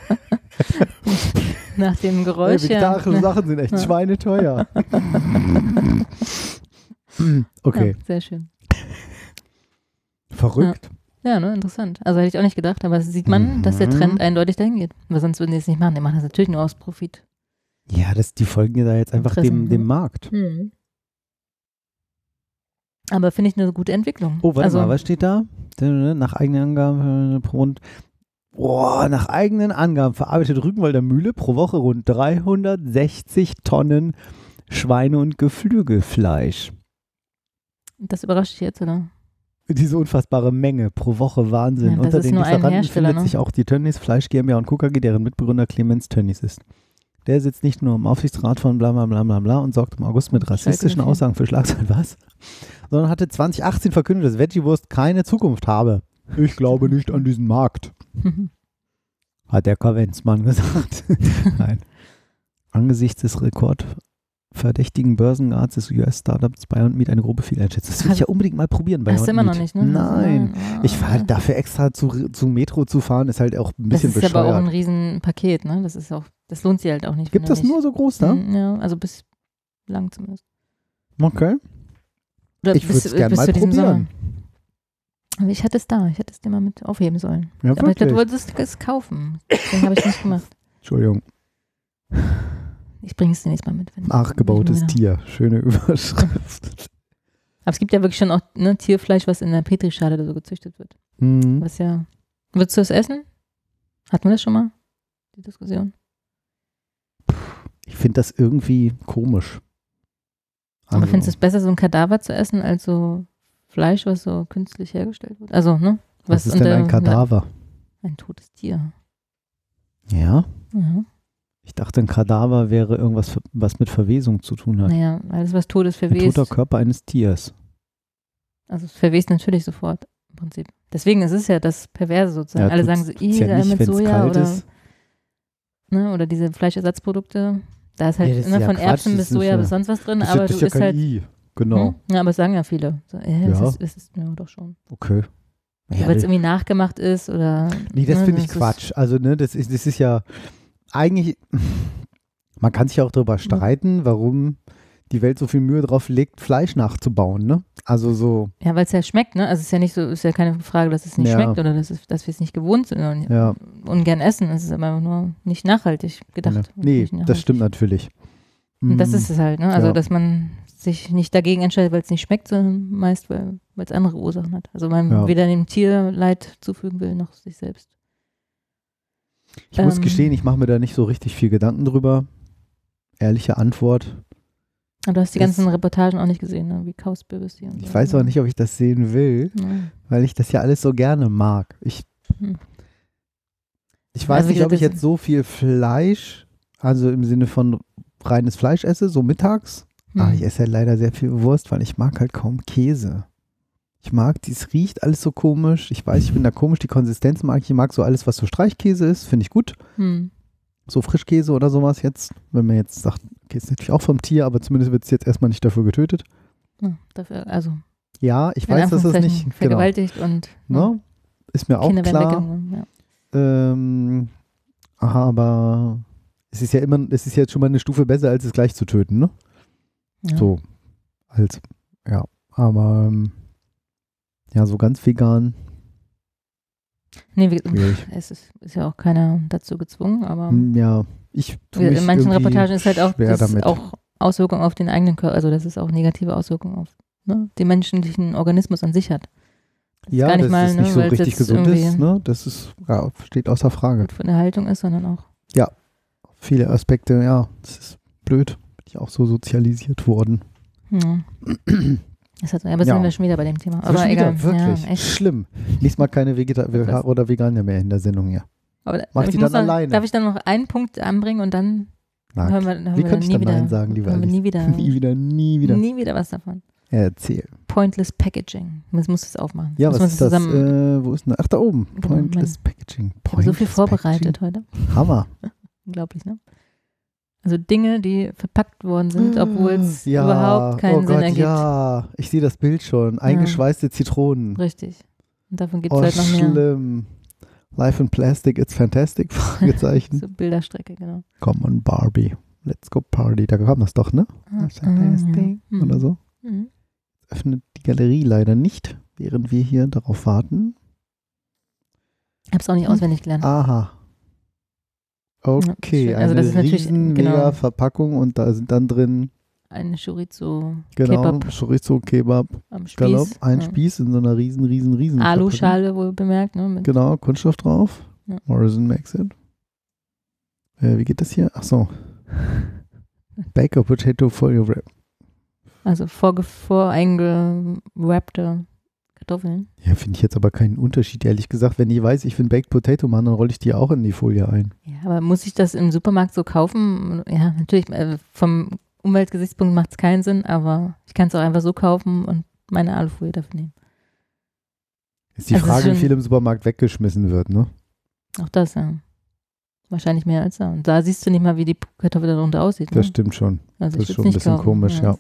Nach dem Hey, Geräusch, ja. vegetarische Sachen sind echt Ja. schweineteuer. Okay, Ja, sehr schön. verrückt. Ja, ne, interessant. Also hätte ich auch nicht gedacht, aber sieht man, dass der Mhm. Trend eindeutig dahin geht. Weil sonst würden die es nicht machen. Die machen das natürlich nur aus Profit. Ja, das, die folgen ja da jetzt einfach Interessen, dem, ne? dem Markt. Aber finde ich eine gute Entwicklung. Oh, warte also, mal, was steht da? Nach eigenen Angaben äh, rund. Boah, nach eigenen Angaben verarbeitet Rügenwalder Mühle pro Woche rund dreihundertsechzig Tonnen Schweine- und Geflügelfleisch. Das überrascht dich jetzt, oder? Diese unfassbare Menge pro Woche, Wahnsinn. Ja, das Unter ist den nur ein Lieferanten Hersteller, findet ne? sich auch die Tönnies Fleisch GmbH und Co. KG, deren Mitbegründer Clemens Tönnies ist. Der sitzt nicht nur im Aufsichtsrat von bla bla bla bla bla und sorgt im August mit rassistischen Schalke Aussagen für Schlagzeilen, was? Sondern hatte zwanzig achtzehn verkündet, dass Veggie-Wurst keine Zukunft habe. Ich glaube nicht an diesen Markt, hat der Kavenzmann gesagt. Nein. Angesichts des rekordverdächtigen Börsengarts des U S-Startups Beyond Meat eine grobe Fehleinschätzung. Das will ich ja unbedingt mal probieren. Hast Beyond du immer noch Meat. nicht, ne? Nein. Ah. Ich fahre halt dafür extra zu, zu Metro zu fahren, ist halt auch ein Das bisschen ist bescheuert. aber auch ein Riesenpaket, ne? Das ist auch, das lohnt sich halt auch nicht. wenn Gibt du das nicht, nur so groß da? Mm, Ja, also bis lang zumindest. Okay. Oder Ich bis- würde es gerne bis mal zu diesem probieren. Sommer. Aber ich hatte es da, ich hätte es dir mal mit aufheben sollen. Ja, Aber ich glaube, du wirklich. wolltest es kaufen. Deswegen habe ich es nicht gemacht. Entschuldigung. Ich bringe es dir nächstes Mal mit. Wenn Nachgebautes wenn ich Tier. Schöne Überschrift. Aber es gibt ja wirklich schon auch ne, Tierfleisch, was in der Petrischale oder so gezüchtet wird. Mhm. Was ja. Würdest du das essen? Hatten wir das schon mal? Die Diskussion? Ich finde das irgendwie komisch. Aber Also, findest du es besser, so ein Kadaver zu essen, als so Fleisch, was so künstlich hergestellt wird? Also, ne? was ist denn ein Kadaver? Ein totes Tier. Ja, Ja. ich dachte, ein Kadaver wäre irgendwas, was mit Verwesung zu tun hat. Naja, alles, was tot ist, Ein verwest. toter Körper eines Tiers. Also es verwest natürlich sofort im Prinzip. Deswegen ist es ja das Perverse sozusagen. Ja, Alle tut's- sagen so, tut's ih, ja da nicht, mit wenn's Soja kalt oder, ist. ne, oder diese Fleischersatzprodukte. Da ist halt Ja, das ist ne, ja von Quatsch, Erbsen das bis ist Soja ja- bis sonst was drin, Das, aber ist- das du ist ja isst kein halt. I. Genau, Hm? Ja, aber es sagen ja viele. So, äh, es Ja. ist, es ist, ja, doch schon. okay. Ja, Ja, weil es das- irgendwie nachgemacht ist oder. nee, das ne, finde ich ist- Quatsch. Also, ne, das ist, das ist ja eigentlich, man kann sich auch darüber streiten, warum die Welt so viel Mühe drauf legt, Fleisch nachzubauen, ne? Also so, Ja, weil es ja schmeckt, ne? Also es ist ja nicht so, ist ja keine Frage, dass es nicht Ja. schmeckt oder dass, es, dass wir es nicht gewohnt sind und ja. ungern essen. Es ist aber nur nicht nachhaltig gedacht. Ne, und nee, nicht das nachhaltig. stimmt natürlich. Und das Mm, ist es halt, ne? Also, Ja. dass man sich nicht dagegen entscheidet, weil es nicht schmeckt, sondern meist, weil es andere Ursachen hat. Also, man Ja. weder dem Tier Leid zufügen will, noch sich selbst. Ich muss ähm, gestehen, ich mache mir da nicht so richtig viel Gedanken drüber. Ehrliche Antwort. Und du hast die Das- ganzen Reportagen auch nicht gesehen, ne? Wie Cowspiracy hier. Und Ich so. weiß auch nicht, ob ich das sehen will, Ja. weil ich das ja alles so gerne mag. Ich, Hm. ich weiß Also, wie nicht, ob gesagt, ich das- jetzt so viel Fleisch, also im Sinne von reines Fleisch esse, so mittags. Ah, Hm. ich esse ja leider sehr viel Wurst, weil ich mag halt kaum Käse. Ich mag, dies riecht alles so komisch. Ich weiß, ich bin da komisch, die Konsistenz mag ich. Ich mag so alles, was so Streichkäse ist, finde ich gut. Hm. So Frischkäse oder sowas jetzt. Wenn man jetzt sagt, okay, ist natürlich auch vom Tier, aber zumindest wird es jetzt erstmal nicht dafür getötet. Ja, dafür, also, Ja, ich in weiß, dass das Anführungszeichen nicht, genau, vergewaltigt und ne? Ist mir auch Kinder werden klar. weggenommen. Ja. Ähm, aber es ist ja immer, es ist jetzt schon mal eine Stufe besser, als es gleich zu töten, ne? Ja. So, als, ja, aber ähm, ja, so ganz vegan, Nee, wie, schwierig. es ist, ist ja auch keiner dazu gezwungen, aber Hm, ja, ich tue Wie- mich in manchen irgendwie Reportagen ist halt auch, schwer dass es damit. auch Auswirkungen auf den eigenen Körper, also dass es auch negative Auswirkungen auf ne, den menschlichen Organismus an sich hat. Das ja, gar nicht dass mal, es ne, nicht so weil es richtig jetzt gesund irgendwie ist, ne? Das ist, ja, steht außer Frage. gut für eine Haltung ist, sondern auch. Viele Aspekte, ja, das ist blöd. Bin ich auch so sozialisiert worden. Ja. Ist halt so. Ja, aber Ja. sind wir schon wieder bei dem Thema. So Aber schon egal. wieder, wirklich Ja, echt. schlimm. Nächstes Mal keine Vegeta Was? oder Veganer mehr in der Sendung hier. Aber Mach ich die muss dann noch, alleine. Darf ich dann noch einen Punkt anbringen und dann Na, hören wir, hören wie wir könnte dann ich nie dann wieder, Nein sagen, liebe hören wir Alice? nie wieder, Nie wieder, nie wieder. nie wieder was davon. Erzähl. Pointless Packaging. Man muss es aufmachen. Ja, muss was man ist das? zusammen- Äh, wo ist denn? Ach, da oben. Genau, Pointless Packaging. Ich habe so viel Pointless vorbereitet heute. Packaging. Hammer. Unglaublich, ne? Also Dinge, die verpackt worden sind, obwohl es ja, überhaupt keinen oh Sinn Gott, ergibt. ja, ich sehe das Bild schon. Eingeschweißte Zitronen. Richtig. Und davon gibt es Oh, halt noch mehr. schlimm. Life in Plastic, it's fantastic. Fragezeichen. So Bilderstrecke, genau. Come on, Barbie. Let's go Party. Da kam das doch, ne? Ah, Fantastic. ah, ja. Oder so. Mhm. Öffnet die Galerie leider nicht, während wir hier darauf warten. Ich habe es auch nicht auswendig gelernt. Aha. Okay, schön. Also eine das ist natürlich- riesen genau. mega Verpackung und da sind dann drin, Eine Chorizo genau, Kebab Chorizo, Kebab, am Spieß. Galopp, ein Ja. Spieß in so einer riesen, riesen, riesen Verpackung. Aluschale wohl bemerkt, ne? Mit Genau, Kunststoff drauf. Ja. Morrison makes it. Äh, wie geht das hier? Ach so. Baker Potato Folio Wrap. Also vorge voreingewrappte Kartoffeln. Ja, finde ich jetzt aber keinen Unterschied, ehrlich gesagt. Wenn ich weiß, ich will Baked Potato machen, dann rolle ich die auch in die Folie ein. Ja, aber muss ich das im Supermarkt so kaufen? Ja, natürlich, äh, vom Umweltgesichtspunkt macht es keinen Sinn, aber ich kann es auch einfach so kaufen und meine Alufolie dafür nehmen. Ist die Also es ist Frage, wie schon- viel im Supermarkt weggeschmissen wird, ne? Auch das, ja. Wahrscheinlich mehr als da. Und da siehst du nicht mal, wie die Kartoffel darunter aussieht. Ne? Das stimmt schon. Also Das ich ist würd's schon ein nicht bisschen kaufen. komisch, ja.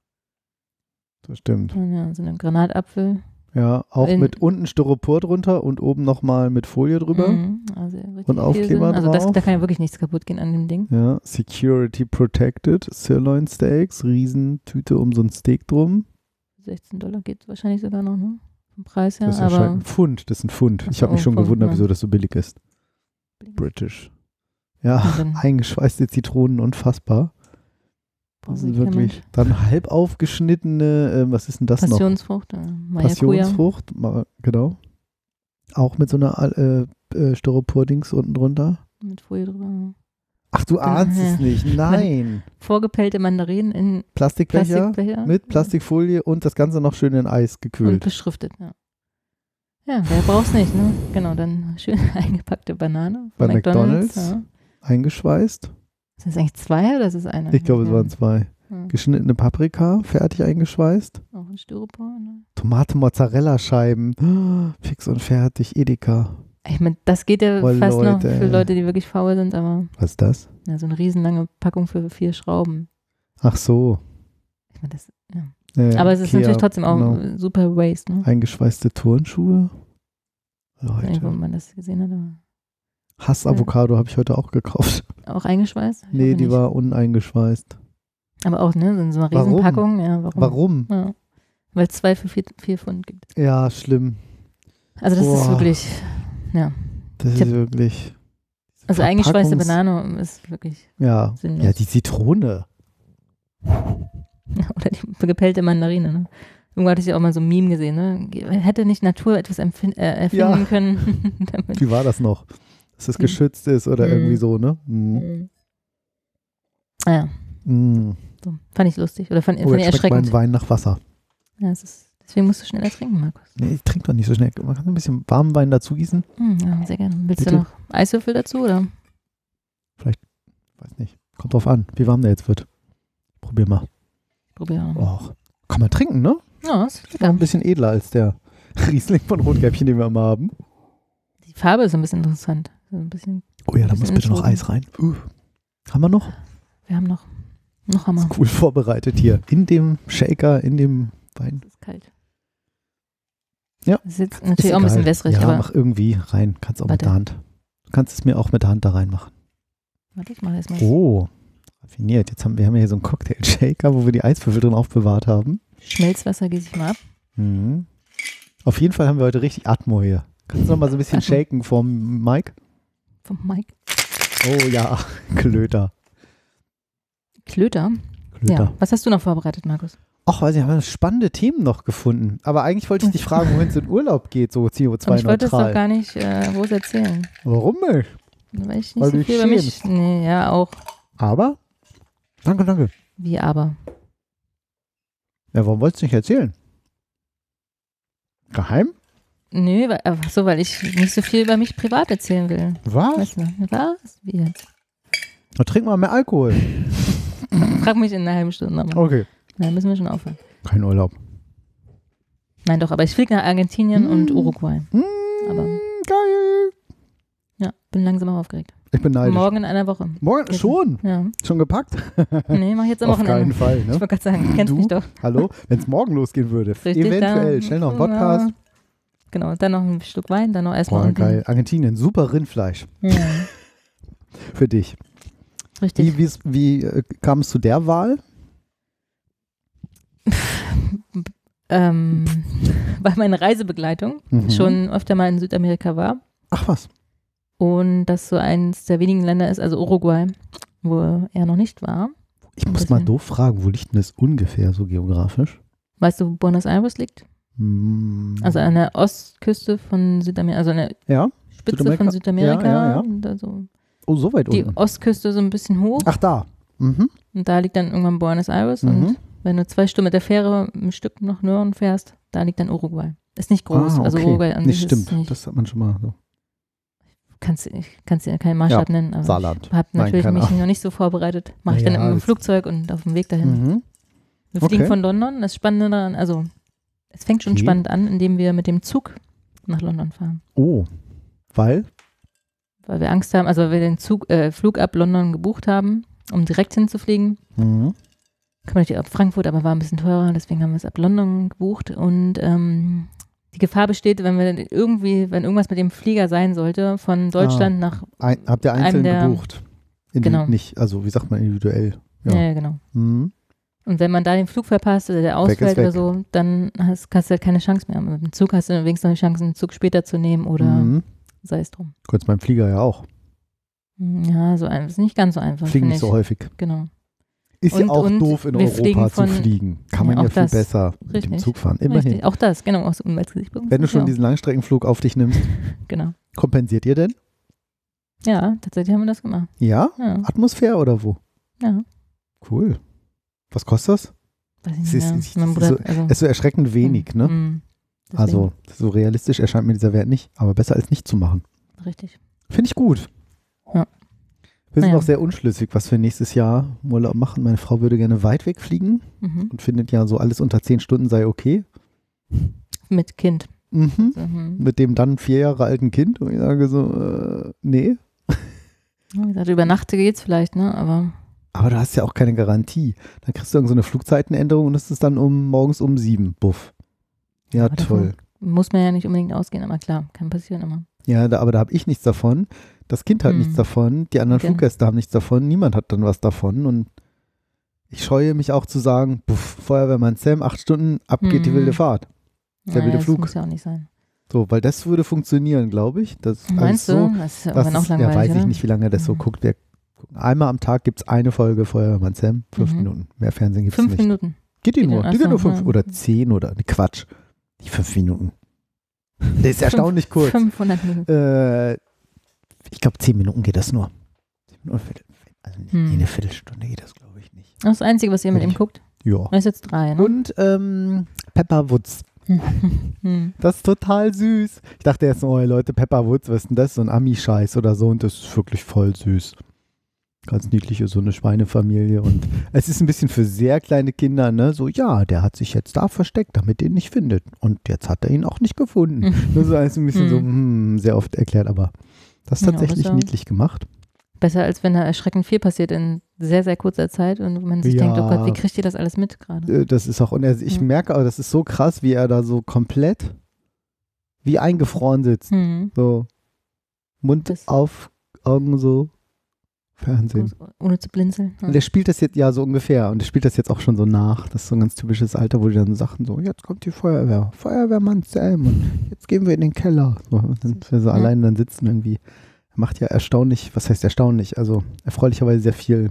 Das stimmt. Ja, so ein Granatapfel. Ja, auch In- mit unten Styropor drunter und oben nochmal mit Folie drüber. Mhm, also richtig Und viel Aufkleber Sinn. Also das, drauf. da kann ja wirklich nichts kaputt gehen an dem Ding. Ja, Security Protected, Sirloin Steaks, Riesentüte um so ein Steak drum. sechzehn Dollar geht wahrscheinlich sogar noch, ne? Vom Preis her. Das ist aber wahrscheinlich ein Pfund, das ist ein Pfund. Ich Ach habe mich so, schon Pfund, gewundert, ja. wieso das so billig ist. British. Ja, Und dann- eingeschweißte Zitronen, unfassbar. Braucht Das ist sich kein wirklich. Mensch. Dann halb aufgeschnittene, äh, was ist denn das noch? Passionsfrucht. Äh, Maracuja. Passionsfrucht, ma- genau. Auch mit so einer äh, äh, Styropor-Dings unten drunter. Mit Folie drüber. Ach, Du ahnst es nicht. Nein. Vorgepellte Mandarinen in Plastikbecher, Plastikbecher mit Plastikfolie und das Ganze noch schön in Eis und gekühlt. beschriftet. Ja, ja wer braucht's nicht, ne? Genau, dann schön eingepackte Banane. Bei von McDonald's. Ja. Eingeschweißt. Ist das eigentlich zwei oder ist es eine? Ich glaube, es ja. waren zwei. Ja. Geschnittene Paprika, fertig eingeschweißt. Auch ein Styropor, ne? Tomate, Mozzarella-Scheiben. Oh, fix und fertig. Edeka. Ich meine, das geht ja Oh, fast Leute, noch für ey. Leute, die wirklich faul sind, aber Was ist das? ja, so eine riesenlange Packung für vier Schrauben. Ach so. Ich meine, das, ja. Äh, Aber es ist Ikea, natürlich trotzdem auch genau. super Waste, ne? Eingeschweißte Turnschuhe. Irgendwo, wo Leute. man das gesehen hat, aber Hass-Avocado habe ich heute auch gekauft. auch eingeschweißt? Ich Nee, hoffe die nicht. war uneingeschweißt. Aber auch, ne, in so einer Warum? Riesenpackung. Ja, warum? Warum? Ja. Weil es zwei für vier, vier Pfund gibt. Ja, schlimm. Also das ist Boah. wirklich, ja. Das Ich ist hab- wirklich. Also eingeschweißte Verpackungs- Banane ist wirklich, Ja. sinnlos. Ja, die Zitrone. oder die gepellte Mandarine, ne? Irgendwo hatte ich ja auch mal so ein Meme gesehen, ne? Hätte nicht Natur etwas empfin- äh, erfinden Ja. können, damit. Wie war das noch? Dass es Hm. geschützt ist oder Mhm. irgendwie so, ne? Mhm. Mhm. Ah ja, Mhm. so. Fand ich lustig. Oder fand, Oh, fand ich jetzt schmeckt mein erschreckend. Wein nach Wasser. Ja, es ist, deswegen musst du schneller trinken, Markus. Nee, ich trinke doch nicht so schnell. Man kann ein bisschen warmen Wein dazu gießen. Hm, ja, sehr gerne. Willst Bitte? du noch Eiswürfel dazu, oder? Weiß nicht. Kommt drauf an, wie warm der jetzt wird. Probier mal. Probier auch mal. Och. Kann man trinken, ne? Ja, ist Noch lecker. ein bisschen edler als der Riesling von Rotkäppchen, den wir immer haben. Die Farbe ist ein bisschen interessant. So ein bisschen, Oh ja, da Bisschen muss bitte noch entzogen. Eis rein. Uh. Haben wir noch? wir haben noch, noch haben wir. Ist cool vorbereitet hier. In dem Shaker, in dem Wein. Es ist kalt. Ja. Das ist jetzt Ist natürlich auch ein bisschen egal. wässrig, Ja, aber mach irgendwie rein. Kannst auch mit Warte. der Hand. Du kannst es mir auch mit der Hand da reinmachen. warte, ich mache erstmal. Oh, raffiniert. Jetzt haben wir haben ja hier so einen Cocktail-Shaker, wo wir die Eiswürfel drin aufbewahrt haben. Schmelzwasser gieße ich mal ab. Mhm. Auf jeden Fall haben wir heute richtig Atmo hier. Kannst du noch mal so ein bisschen Atmo. shaken vom Mike? Vom Mike. Oh ja, Klöter. Klöter. Klöter. Ja. Was hast du noch vorbereitet, Markus? Ach, weiß ich, haben wir spannende Themen noch gefunden. Aber eigentlich wollte ich dich fragen, wohin es in Urlaub geht, so C O Und ich wollte es doch zwei neutral. gar nicht äh, groß erzählen. Warum nicht? Weil ich nicht Weil so du viel dich über mich. schämst. Nee, ja, auch. Aber? Danke, danke. Wie aber? Ja, warum wolltest du nicht erzählen? Geheim? Nö, weil, einfach so, weil ich nicht so viel über mich privat erzählen will. Was? Weißt du? Was? Wie jetzt? Na, trink mal mehr Alkohol. Frag mich in einer halben Stunde nochmal. Okay. Dann müssen wir schon aufhören. Kein Urlaub. Nein, doch, aber ich fliege nach Argentinien Mm. und Uruguay. Mm, Aber- geil. Ja, bin langsam auch aufgeregt. Ich bin neidisch. Morgen in einer Woche. Morgen Jetzt- schon? Ja. Schon gepackt? Nee, mach ich jetzt am Auf Wochenende. keinen Fall, Ich ne? wollte gerade sagen, kennst Du? mich doch. Hallo? Wenn es morgen losgehen würde. Richtig, Eventuell. dann- Schnell noch einen Podcast. Ja. Genau, dann noch ein Stück Wein, dann noch erstmal Boah, unten. geil. Argentinien, super Rindfleisch Ja, für dich. richtig. Wie, wie's- wie äh, kam es zu der Wahl? ähm, weil meine Reisebegleitung Mhm. schon öfter mal in Südamerika war Ach was. und das so eins der wenigen Länder ist, also Uruguay, wo er noch nicht war. Ich Ein muss mal bisschen. doof fragen, wo liegt denn das ungefähr so geografisch? Weißt du, wo Buenos Aires liegt? Hm. Also an der Ostküste von Südamerika, also an der Ja? Spitze Südamerika? von Südamerika. Ja, ja, ja. Und also Oh, so weit die unten. Ostküste so ein bisschen hoch Ach, da. Mhm. und da liegt dann irgendwann Buenos Aires Mhm. und wenn du zwei Stunden mit der Fähre ein Stück nach Norden fährst, da liegt dann Uruguay. Ist nicht groß, Ah, also okay. Uruguay an Nicht sich stimmt. ist nicht, Das hat man schon mal so. kannst, ich kannst dir keinen Maßstab nennen, aber Saarland. ich habe Nein, natürlich keine mich Ahnung. noch nicht so vorbereitet. Mache ich dann Ja, immer im das- Flugzeug und auf dem Weg dahin. Mhm. Wir fliegen Okay. von London, das Spannende daran, also es fängt schon Okay. spannend an, indem wir mit dem Zug nach London fahren. Oh. Weil? Weil wir Angst haben, also weil wir den Zug, äh, Flug ab London gebucht haben, um direkt hinzufliegen. Mhm. Kann man natürlich ab Frankfurt, aber war ein bisschen teurer, deswegen haben wir es ab London gebucht. Und ähm, die Gefahr besteht, wenn wir irgendwie, wenn irgendwas mit dem Flieger sein sollte, von Deutschland nach, Ein, habt ihr einzeln Einem der- gebucht? Indi- Genau. Nicht, also wie sagt man individuell? ja, Ja. ja genau. Mhm. Und wenn man da den Flug verpasst oder der Weg ausfällt ist weg. oder so, dann hast, hast du halt keine Chance mehr. Mit dem Zug hast du wenigstens noch die Chance, einen Zug später zu nehmen oder Mhm. sei es drum. Kurz beim Flieger ja auch. Ja, so einfach. Ist nicht ganz so einfach. Fliegen finde nicht so ich. häufig. Genau. Ist ja Und- auch und doof, in wir Europa fliegen zu von- fliegen. Kann Ja, man ja auch viel das. besser mit dem Richtig. Zug fahren. Immerhin. Richtig. Auch das, genau, aus Umweltgesichtspunkt. Wenn du schon ja. diesen Langstreckenflug auf dich nimmst, Genau. kompensiert ihr denn? Ja, tatsächlich haben wir das gemacht. Ja? Ja. Atmosphäre oder wo? Ja. Cool. Was kostet das? Weiß ich Es nicht ist, mehr. es Mein ist, Bruder so, hat- also, es ist so erschreckend wenig, ne? mm, deswegen. Also so realistisch erscheint mir dieser Wert nicht, aber besser als nicht zu machen. Richtig. Finde ich gut. Ja. Wir sind Naja. noch sehr unschlüssig, was wir nächstes Jahr im Urlaub machen. Meine Frau würde gerne weit wegfliegen Mhm. und findet ja so alles unter zehn Stunden sei okay. Mit Kind. Mhm. Mhm. Mit dem dann vier Jahre alten Kind. Und ich sage so, äh, nee. Wie gesagt, über Nacht geht's vielleicht, ne? Aber Aber du hast ja auch keine Garantie. Dann kriegst du irgend so eine Flugzeitenänderung und es ist dann um morgens um sieben. Buff. Ja, aber davon toll. muss man ja nicht unbedingt ausgehen, aber klar, kann passieren immer. Ja, da, aber da habe ich nichts davon. Das Kind hat Hm. nichts davon. Die anderen Okay. Fluggäste haben nichts davon. Niemand hat dann was davon. Und ich scheue mich auch zu sagen, puff, Feuerwehrmann Sam, acht Stunden, ab geht die Hm. wilde Fahrt. Der wilde das Flug. muss ja auch nicht sein. So, weil das würde funktionieren, glaube ich. Das Meinst also du? so, Das ist ja das irgendwann auch ist, ja, langweilig, weiß ich oder? nicht, wie lange er das so Mhm. guckt. Wir gucken einmal am Tag gibt es eine Folge Feuerwehrmann Sam, fünf Mhm. Minuten. Mehr Fernsehen gibt es Fünf nicht. Minuten. Geht die Geht nur, denn? die geht Ach nur so, fünf ja. oder zehn oder, ne Quatsch. Die fünf Minuten. Der ist erstaunlich kurz. fünfhundert Minuten. Äh, ich glaube, zehn Minuten geht das nur. Zehn Minuten, Viertel- also nee, Hm. eine Viertelstunde geht das, glaube ich, nicht. Das ist das Einzige, was ihr mit ihm guckt. Ja. Das ist jetzt drei, ne? Und ähm, Pepper Woods. Hm. Das ist total süß. Ich dachte erst, oh Leute, Pepper Woods, was ist denn das? So ein Ami-Scheiß oder so. Und das ist wirklich voll süß. Ganz niedliche, so eine Schweinefamilie. Und es ist ein bisschen für sehr kleine Kinder, ne? So, ja, der hat sich jetzt da versteckt, damit er ihn nicht findet. Und jetzt hat er ihn auch nicht gefunden. Nur so alles ein bisschen so, hm, sehr oft erklärt, aber das ist Ja, tatsächlich das ist ja- niedlich gemacht. Besser, als wenn da erschreckend viel passiert in sehr, sehr kurzer Zeit und man sich Ja. denkt, oh Gott, wie kriegt ihr das alles mit gerade? Äh, Das ist auch, und er, ich Ja. merke aber, das ist so krass, wie er da so komplett wie eingefroren sitzt. Hm. So Mund Das- auf, Augen so, Fernsehen. Ohne zu blinzeln. Ja. Und der spielt das jetzt, ja, so ungefähr. Und der spielt das jetzt auch schon so nach. Das ist so ein ganz typisches Alter, wo die dann Sachen so, jetzt kommt die Feuerwehr, Feuerwehrmann Sam und jetzt gehen wir in den Keller. So, und dann wir so Ja. allein dann sitzen irgendwie. Er macht ja erstaunlich, was heißt erstaunlich? Also erfreulicherweise sehr viel,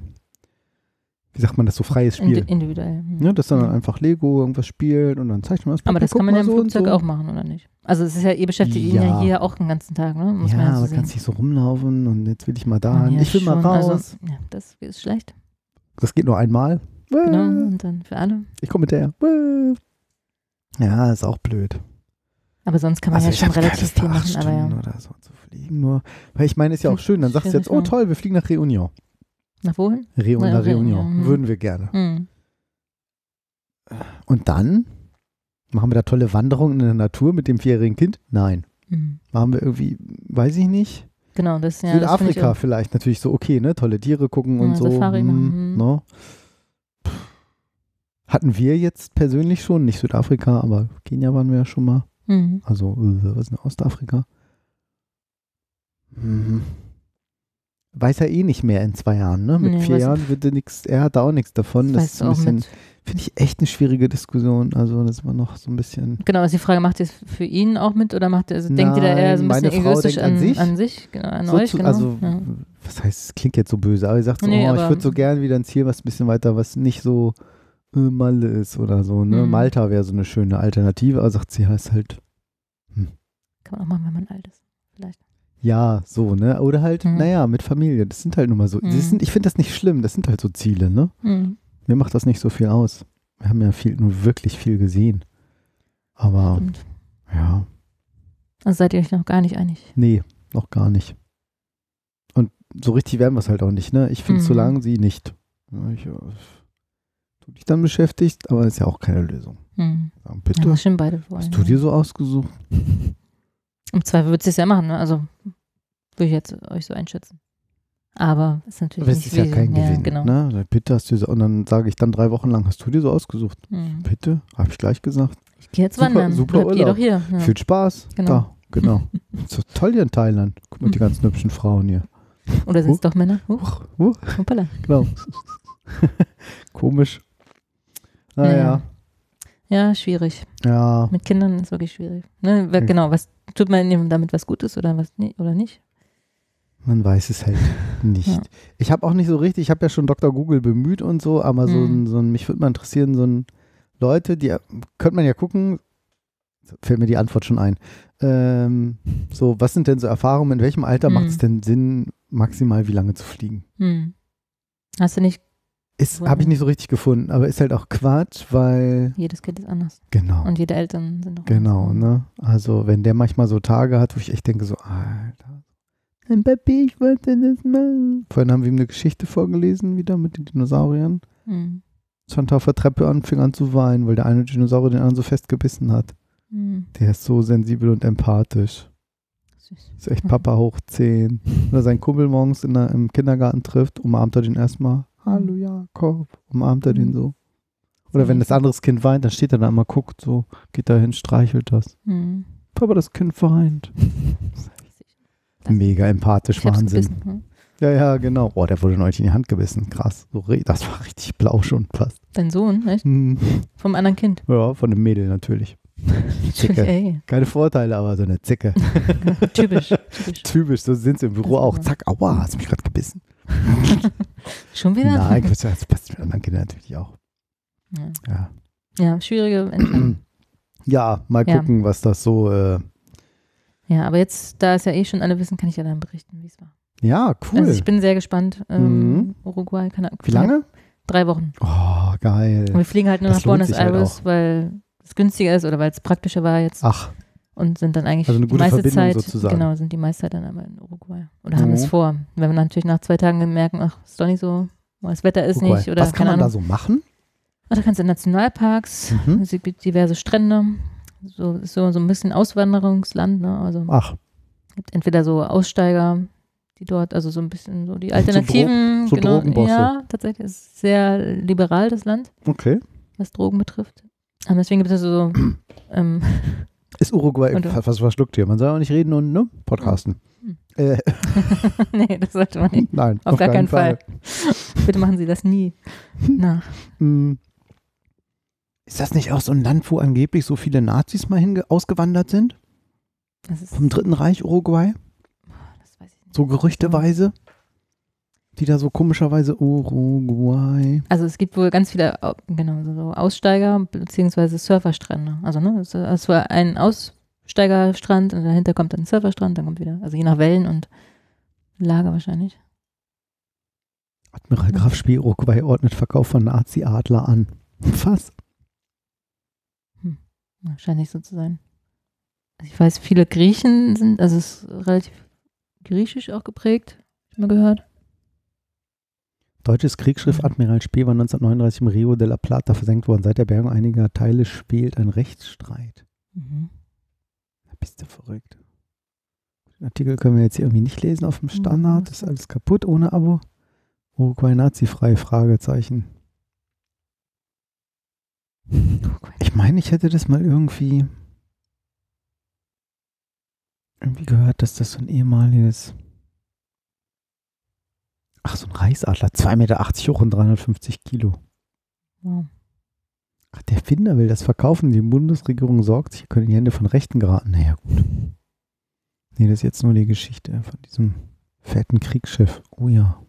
wie sagt man das, so freies Spiel. Indi- Individuell. Hm. Ja, dass dann Hm. einfach Lego irgendwas spielt und dann zeigt man das. Aber das guck kann man ja mal im so und Flugzeug so. auch machen, oder nicht? Also es ist ja, ihr beschäftigt ihn ja Ja. hier auch den ganzen Tag, ne? Muss Ja, man ja so aber sehen. kannst nicht so rumlaufen und jetzt will ich mal da. Ja, ich will mal schon. raus. Also, ja, das ist schlecht. Das geht nur einmal. Genau. Und dann für alle. Ich komme hinterher. Ja, ist auch blöd. Aber sonst kann man Also ja ich schon hab keine relativ Lust, viel da acht machen. Aber Stunden ja. oder so zu fliegen. Nur, weil ich meine, ist ja auch schön. Dann sagst du jetzt, oh Schwierig, toll, wir fliegen nach Réunion. Nach wohin? Réunion, Ja, nach Réunion. Réunion, hm. Würden wir gerne. Hm. Und dann machen wir da tolle Wanderungen in der Natur mit dem vierjährigen Kind? Nein. Hm. Machen wir irgendwie, weiß ich nicht. Genau, das, ja, das Südafrika finde ich auch. vielleicht natürlich so okay, ne? Tolle Tiere gucken und Ja, so. Safari machen, hm. ne? Hatten wir jetzt persönlich schon, nicht Südafrika, aber Kenia waren wir ja schon mal. Hm. Also, äh, was ist denn Ostafrika? Mhm. Weiß er eh nicht mehr in zwei Jahren, ne? Mit Nee, vier weiß- Jahren wird er nichts, er hat da auch nichts davon. Das Weißt ist du ein auch bisschen, mit. finde ich echt eine schwierige Diskussion. Also, das war noch so ein bisschen. Genau, ist die Frage, macht ihr es für ihn auch mit oder macht ihr, also denkt ihr da eher so ein Nein, bisschen meine Frau egoistisch denkt an an, sich. an sich, genau, an So euch, zu, genau. Also, ja. was heißt, es klingt jetzt so böse, aber ich sage so, Nee, oh, ich aber- würde so gern wieder ein Ziel, was ein bisschen weiter, was nicht so äh, Malle ist oder so. Ne? Mhm. Malta wäre so eine schöne Alternative, aber sagt sie, heißt halt, Kann man auch machen, wenn man alt ist. Vielleicht. ja, so, ne? Oder halt, Mhm. naja, mit Familie. Das sind halt nun mal so. Mhm. Das sind, ich finde das nicht schlimm, das sind halt so Ziele, ne? Hm. Mir macht das nicht so viel aus. Wir haben ja viel, nur wirklich viel gesehen. Aber, Stimmt. ja, Also seid ihr euch noch gar nicht einig. nee, noch gar nicht. Und so richtig werden wir es halt auch nicht, ne? Ich finde, Mhm. solange sie nicht. Ja, ich, äh, du dich dann beschäftigt, aber das ist ja auch keine Lösung. Hm. Ja, Ja, bitte, das stimmt beide wollen. hast du dir so ausgesucht? Im Zweifel würdest du es ja machen, ne? Also würde ich jetzt euch so einschätzen. Aber es ist natürlich Aber es nicht ist ja wie- kein Gewinn, Genau. ne? Also, bitte hast du so, und dann sage ich dann drei Wochen lang, hast du dir so ausgesucht? Hm. Bitte, habe ich gleich gesagt. Ich gehe jetzt Super- wandern. super Bleibt ihr Urlaub. doch hier. Ja. Viel Spaß. Genau. Da, genau. So toll hier in Thailand. Guck mal, die ganzen hübschen Frauen hier. Oder sind es Huh? doch Männer? Huch, Uh, uh, hoppala. genau. Komisch. Naja. Ja, schwierig. Ja. Mit Kindern ist wirklich schwierig. Ne? Wer- Okay. Genau, was tut man damit was Gutes oder was ni- oder nicht? Man weiß es halt nicht. Ja. Ich habe auch nicht so richtig, ich habe ja schon Doktor Google bemüht und so, aber so, Hm. ein, so ein, mich würde mal interessieren, so ein Leute, die könnte man ja gucken, fällt mir die Antwort schon ein. Ähm, so, was sind denn so Erfahrungen, in welchem Alter Hm. macht es denn Sinn, maximal wie lange zu fliegen. Hm. Hast du nicht, Ist, habe ich nicht so richtig gefunden, aber ist halt auch Quatsch, weil, jedes Kind ist anders. genau, Und jede Eltern sind auch genau, anders. ne? Also wenn der manchmal so Tage hat, wo ich echt denke so, Alter, ein Papi, ich wollte das machen. Vorhin haben wir ihm eine Geschichte vorgelesen, wieder mit den Dinosauriern. Hm. Stand auf der Treppe und fing an zu weinen, weil der eine Dinosaurier den anderen so festgebissen hat. Hm. Der ist so sensibel und empathisch. Süß. Ist echt Papa hoch zehn. Wenn er seinen Kumpel morgens in der, im Kindergarten trifft, umarmt er den erstmal. Hallo Jakob. Umarmt er den so. Oder wenn das andere Kind weint, dann steht er da immer, guckt so, geht da hin, streichelt das. Hm. Papa, das Kind weint. Das- Mega empathisch, Ich hab's Wahnsinn. gebissen, hm? Ja, ja, genau. Oh, der wurde neulich in die Hand gebissen. Krass. So, re- das war richtig blau schon fast. Dein Sohn, echt? Hm. Vom anderen Kind. Ja, von dem Mädel natürlich. Zicke. Ey, Keine Vorteile, aber so eine Zicke. typisch. typisch. Typisch, so sind sie im Büro Das auch. ist Zack, aua, hast du mich gerade gebissen? Schon wieder? Nein, Quatsch, das passt mit anderen Kindern natürlich auch. Ja, Ja, ja schwierige Entscheidung. ja mal Ja. gucken, was das so. Äh, Ja, aber jetzt, da es ja eh schon alle wissen, kann ich ja dann berichten, wie es war. ja, cool. Also ich bin sehr gespannt. Ähm, Mhm. Uruguay, keine Ahnung. Wie lange? Drei Wochen. Oh, geil. Und wir fliegen halt nur Das nach lohnt Buenos sich halt Aires, auch. weil es günstiger ist oder weil es praktischer war jetzt. Ach, Und sind dann eigentlich Also eine die gute meiste Verbindung Zeit, sozusagen. genau, sind die meiste Zeit dann einmal in Uruguay. Oder haben Mhm. es vor. Wenn wir natürlich nach zwei Tagen merken, ach, ist doch nicht so, das Wetter ist Uruguay. nicht oder was kann keine man da Ahnung. so machen? Ach, da kannst du in Nationalparks, Mhm. es gibt diverse Strände, so ist so, so ein bisschen Auswanderungsland, ne? Also Ach, gibt entweder so Aussteiger, die dort, also so ein bisschen so die Alternativen, so genau, Drogenbosse. ja, tatsächlich ist sehr liberal das Land, okay. was Drogen betrifft. Und deswegen gibt es so, ähm, Ist Uruguay, Und du? was verschluckt hier? Man soll auch nicht reden und ne? Podcasten. Hm. Äh, nee, das sollte man nicht. nein, Auf gar keinen Fall. Bitte machen Sie das nie nach. Hm. Ist das nicht auch so ein Land, wo angeblich so viele Nazis mal hinge ausgewandert sind? Das ist, Vom Dritten Reich Uruguay? das weiß ich nicht. So gerüchteweise? Die da so komischerweise Uruguay. Also es gibt wohl ganz viele, Au- genau, so so Aussteiger beziehungsweise Surferstrände. Also ne, es es war ein Aussteigerstrand und dahinter kommt dann ein Surferstrand, dann kommt wieder, also je nach Wellen und Lage wahrscheinlich. Admiral Graf Spee, Uruguay ordnet Verkauf von Nazi-Adler an. Was? Ja, scheint nicht so zu sein. Also ich weiß, viele Griechen sind, also es ist relativ griechisch auch geprägt, hab ich mal gehört. Deutsches Kriegsschiff Mhm. Admiral Spee war neunzehnhundertneununddreißig im Rio de la Plata versenkt worden. Seit der Bergung einiger Teile spielt ein Rechtsstreit. Mhm. Da bist du verrückt. Den Artikel können wir jetzt hier irgendwie nicht lesen auf dem Standard. was Ist alles kaputt ohne Abo. Uruguay nazifrei? Fragezeichen. Ich meine, ich hätte das mal irgendwie irgendwie gehört, dass das so ein ehemaliges Ach, so ein Reichsadler. zwei Meter achtzig hoch und dreihundertfünfzig Kilo. Wow. Ach, der Finder will das verkaufen. Die Bundesregierung sorgt sich, können in die Hände von Rechten geraten. Naja, gut. Nee, das ist jetzt nur die Geschichte von diesem fetten Kriegsschiff. Oh ja.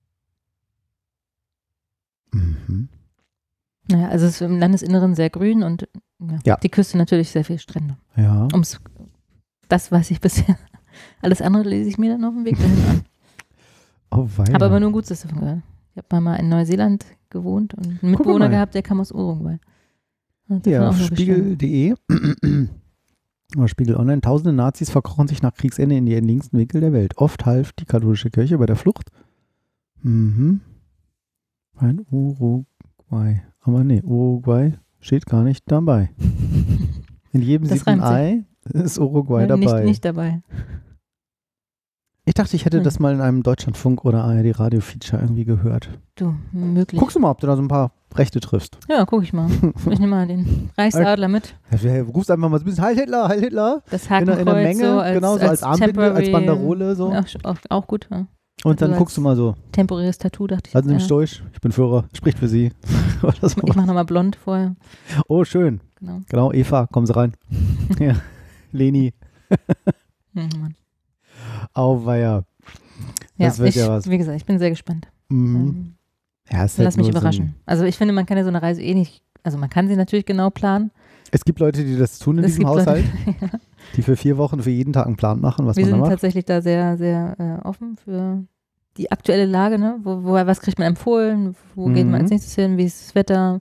Mhm. Naja, also es ist im Landesinneren sehr grün und ja, Ja. die Küste natürlich sehr viele Strände. Ja. Ums, das weiß ich bisher. Alles andere lese ich mir dann auf dem Weg dahin an. Oh, weia. Habe aber nur Gutes davon gehört. Ich habe mal in Neuseeland gewohnt und einen Guck Mitbewohner mal. gehabt, der kam aus Uruguay. Hat davon Ja, auch auf nur gestimmt. Spiegel punkt de oder Spiegel Online. Tausende Nazis verkrochen sich nach Kriegsende in die entlegensten Winkel der Welt. Oft half die katholische Kirche bei der Flucht. Mhm. Ein Uruguay. Aber nee, Uruguay steht gar nicht dabei. In jedem Das siebten reimt sich. Ei ist Uruguay Ja, dabei. Nicht, nicht dabei. Ich dachte, ich hätte Hm. das mal in einem Deutschlandfunk oder A R D Radio-Feature irgendwie gehört. Du, möglich. Guckst du mal, ob du da so ein paar Rechte triffst. Ja, guck ich mal. Ich nehme mal den Reichsadler mit. Ja, du rufst einfach mal so ein bisschen Heil Hitler, Heil Hitler. Das In der, Hakenkreuz in der Menge, so als, genau, so als, Armbinde, als temporary- Banderole. So. Auch, auch, auch gut. Ja. Und dann so guckst du mal so. Temporäres Tattoo, dachte ich. Lassen Sie mich ja. durch, ich bin Führer, spricht für Sie. Oder so. Ich mache nochmal blond vorher. Oh, schön. Genau. Genau, Eva, kommen Sie rein. Ja. Leni, Hm, Mann. auweia. Ja, Das wird ich, ja was. wie gesagt, ich bin sehr gespannt. Mhm. Ähm, Ja, es ist halt Lass mich nur so überraschen. ein, Also ich finde, man kann ja so eine Reise eh nicht, also man kann sie natürlich genau planen. es gibt Leute, die das tun in Es diesem gibt Leute- Haushalt, die für vier Wochen für jeden Tag einen Plan machen, was Wir man da sind macht. tatsächlich da sehr, sehr äh, offen für die aktuelle Lage, ne? Wo, wo, was kriegt man empfohlen? Wo Mhm. geht man als nächstes hin? Wie ist das Wetter?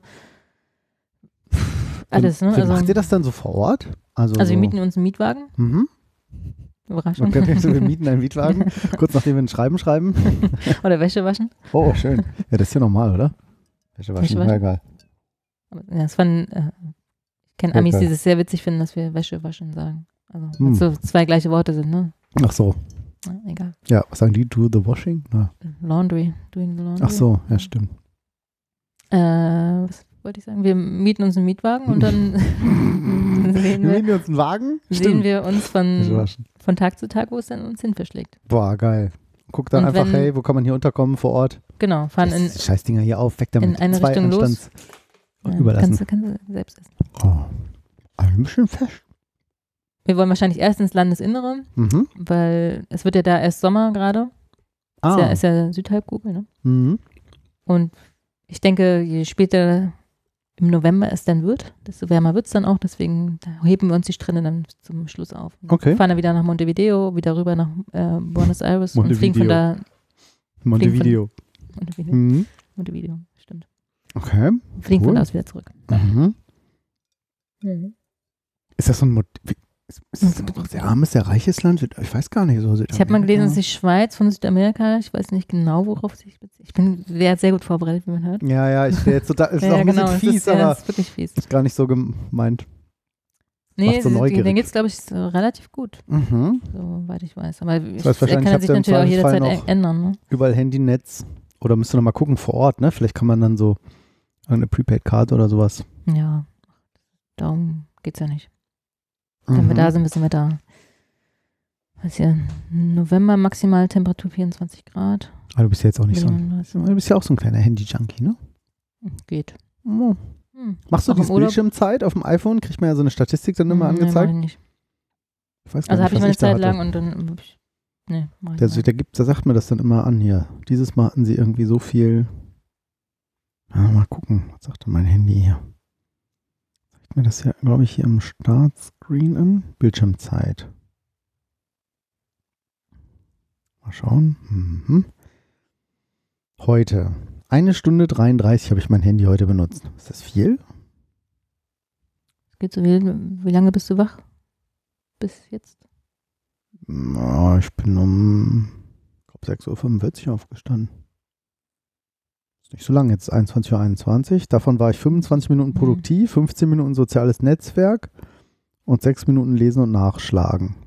Pff, alles, Wie, ne? wie Also, macht ihr das dann so vor Ort? Also, also wir so, mieten uns einen Mietwagen. Mhm. Überraschung. Okay, okay, so wir mieten einen Mietwagen, kurz nachdem wir ein Schreiben schreiben. Oder Wäsche waschen. Oh, schön. Ja, das ist ja normal, oder? Wäsche waschen, Wäsche waschen? ja, egal. Aber, ja, es waren, äh, ich kenne Ja, Amis, geil. die es sehr witzig finden, dass wir Wäsche waschen sagen. Also, Hm. dass so zwei gleiche Worte sind, ne? Ach so. Ja, egal. Ja, was sagen die? Do the washing? Ja. Laundry, doing the laundry. Ach so, ja, stimmt. Äh, was wollte ich sagen? Wir mieten uns einen Mietwagen und dann sehen Wir wir, mieten uns einen Wagen? sehen wir uns Wäsche von, waschen. von Tag zu Tag, wo es dann uns hin verschlägt. Boah, geil. Guck dann Und einfach, wenn- hey, wo kann man hier unterkommen vor Ort? Genau, fahren in, Die Scheißdinger hier auf, weg damit. in eine Zwei Richtung los. Anstands- ja, überlassen. kannst, du- kannst du selbst essen. Oh. Ein bisschen fest. Wir wollen wahrscheinlich erst ins Landesinnere, Mhm. weil es wird ja da erst Sommer gerade. Ah. Ist ja, ist ja Südhalbkugel, ne? Mhm. Und ich denke, je später im November es dann wird, desto wärmer wird es dann auch. Deswegen da heben wir uns die Strände dann zum Schluss auf. Und Okay. fahren dann wieder nach Montevideo, wieder rüber nach äh, Buenos Aires und fliegen von da. Montevideo. Montevideo, Mhm. Montevideo, stimmt. Okay. Fliegen Cool. von da aus wieder zurück. Mhm. Ist das so ein Mod wie- ist, ist das ein sehr armes, sehr reiches Land? Ich weiß gar nicht. So Ich habe mal gelesen, dass die Schweiz von Südamerika, ich weiß nicht genau, worauf sich bezieht. Ich bin sehr, sehr gut vorbereitet, wie man hört. Ja, ja, ich bin jetzt total, ist Ja, auch ein genau, bisschen es fies, ist, ja, aber es ist wirklich fies. ist gar nicht so gemeint. Nee, macht so sie- neugierig. denen geht es, glaube ich, so relativ gut, Mhm. soweit ich weiß. Aber es heißt wahrscheinlich, kann habt sich ihr im natürlich auch Zweifelsfall jederzeit noch- ändern. Ne? Überall Handynetz. Oder müsst ihr noch mal gucken vor Ort, ne? Vielleicht kann man dann so eine Prepaid-Card oder sowas. Ja, darum geht es ja nicht. Wenn wir da sind, sind wir da. Was hier? November, maximal Temperatur vierundzwanzig Grad. Aber du bist ja jetzt auch nicht so ein, Minimum du bist ja auch so ein kleiner Handy-Junkie, ne? dreißig. Geht. Oh. Hm. Machst du Auch im diese Urlaub? Bildschirmzeit auf dem iPhone? Kriegt man ja so eine Statistik dann immer Hm, nee, angezeigt? mach ich nicht. Ich weiß gar Also nicht, habe ich was mal eine da Zeit hatte. lang und dann. hab ich- Nee, mach ich Der, nicht. der, gibt, der sagt mir das dann immer an hier. Dieses Mal hatten sie irgendwie so viel. Ja, mal gucken, was sagt denn mein Handy hier? Zeigt mir das ja, glaube ich, hier im Startscreen an. Bildschirmzeit. Mal schauen. Mhm. Heute. Eine Stunde dreiunddreißig habe ich mein Handy heute benutzt. Ist das viel? Geht so wie, wie lange bist du wach? Bis jetzt? Ja, ich bin um ich glaube sechs Uhr fünfundvierzig aufgestanden. Ist nicht so lang, jetzt einundzwanzig Uhr einundzwanzig. Davon war ich fünfundzwanzig Minuten Mhm. produktiv, fünfzehn Minuten soziales Netzwerk und sechs Minuten lesen und nachschlagen.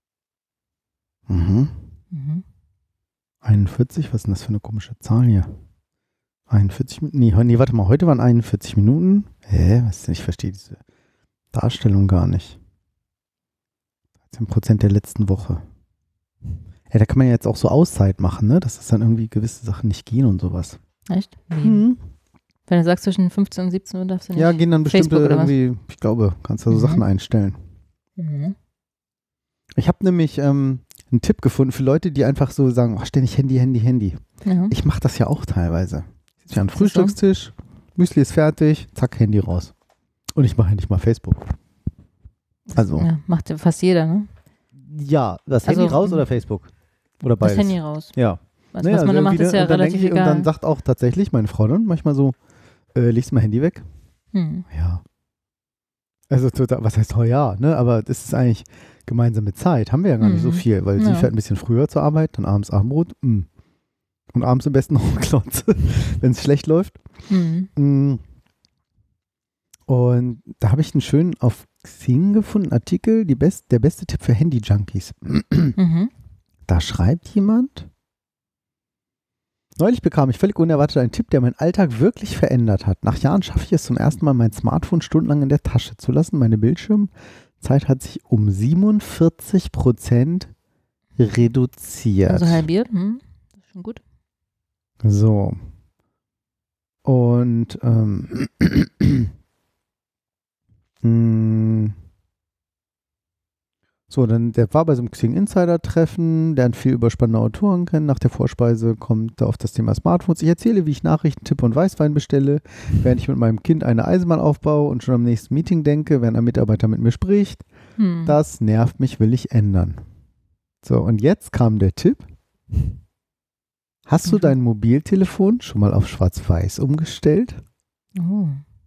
Mhm. Mhm. einundvierzig, was ist denn das für eine komische Zahl hier? einundvierzig Minuten, nee, heu- nee, warte mal, heute waren einundvierzig Minuten. Hä, was ist denn? Ich verstehe diese Darstellung gar nicht. dreizehn Prozent der letzten Woche. Ja, da kann man ja jetzt auch so Auszeit machen, ne? Dass das dann irgendwie gewisse Sachen nicht gehen und sowas. Echt? Wie? Mhm. Wenn du sagst, zwischen fünfzehn und siebzehn Uhr darfst du nicht. Ja, gehen dann bestimmte Facebook oder was? irgendwie, ich glaube, kannst du so Mhm. Sachen einstellen. Mhm. Ich habe nämlich ähm, einen Tipp gefunden für Leute, die einfach so sagen, oh, ständig Handy, Handy, Handy. Ja. Ich mache das ja auch teilweise. Ich sitze ja am Ist das so? Frühstückstisch, Müsli ist fertig, zack, Handy raus. Und ich mache ja nicht mal Facebook. Also, ja, Ja, macht ja fast jeder, ne? das Also, Handy raus m- oder Facebook? Oder beides? Das Handy raus. Ja. Was, Naja, was man da macht, irgendwie, ist ja und dann relativ denke ich, egal. Und dann sagt auch tatsächlich meine Frau dann manchmal so, äh, legst du mal Handy weg? Hm. Ja. Also total, was heißt, oh ja, ne? Aber das ist eigentlich gemeinsame Zeit. Haben wir ja gar nicht so Mhm. viel, weil sie Ja. fährt ein bisschen früher zur Arbeit, dann abends Abendbrot. mm. Und abends am besten noch ein Klotz, wenn es schlecht läuft. Hm. Mm. Und da habe ich einen schönen auf Xing gefunden Artikel, die best, der beste Tipp für Handy-Junkies. Mhm. Da schreibt jemand, neulich bekam ich völlig unerwartet einen Tipp, der meinen Alltag wirklich verändert hat. Nach Jahren schaffe ich es zum ersten Mal, mein Smartphone stundenlang in der Tasche zu lassen. Meine Bildschirmzeit hat sich um siebenundvierzig Prozent reduziert. Also halbiert. Hm. Das ist schon gut. So. Und ähm, mh, so, dann der war bei so einem Xing Insider Treffen, lernt viel über spannende Autoren kennen. Nach der Vorspeise kommt er auf das Thema Smartphones. Ich erzähle, wie ich Nachrichten tippe und Weißwein bestelle, während ich mit meinem Kind eine Eisenbahn aufbaue und schon am nächsten Meeting denke, wenn ein Mitarbeiter mit mir spricht. Hm. Das nervt mich, will ich ändern. So, und jetzt kam der Tipp. Hast du Mhm. dein Mobiltelefon schon mal auf Schwarz-Weiß umgestellt? Oh.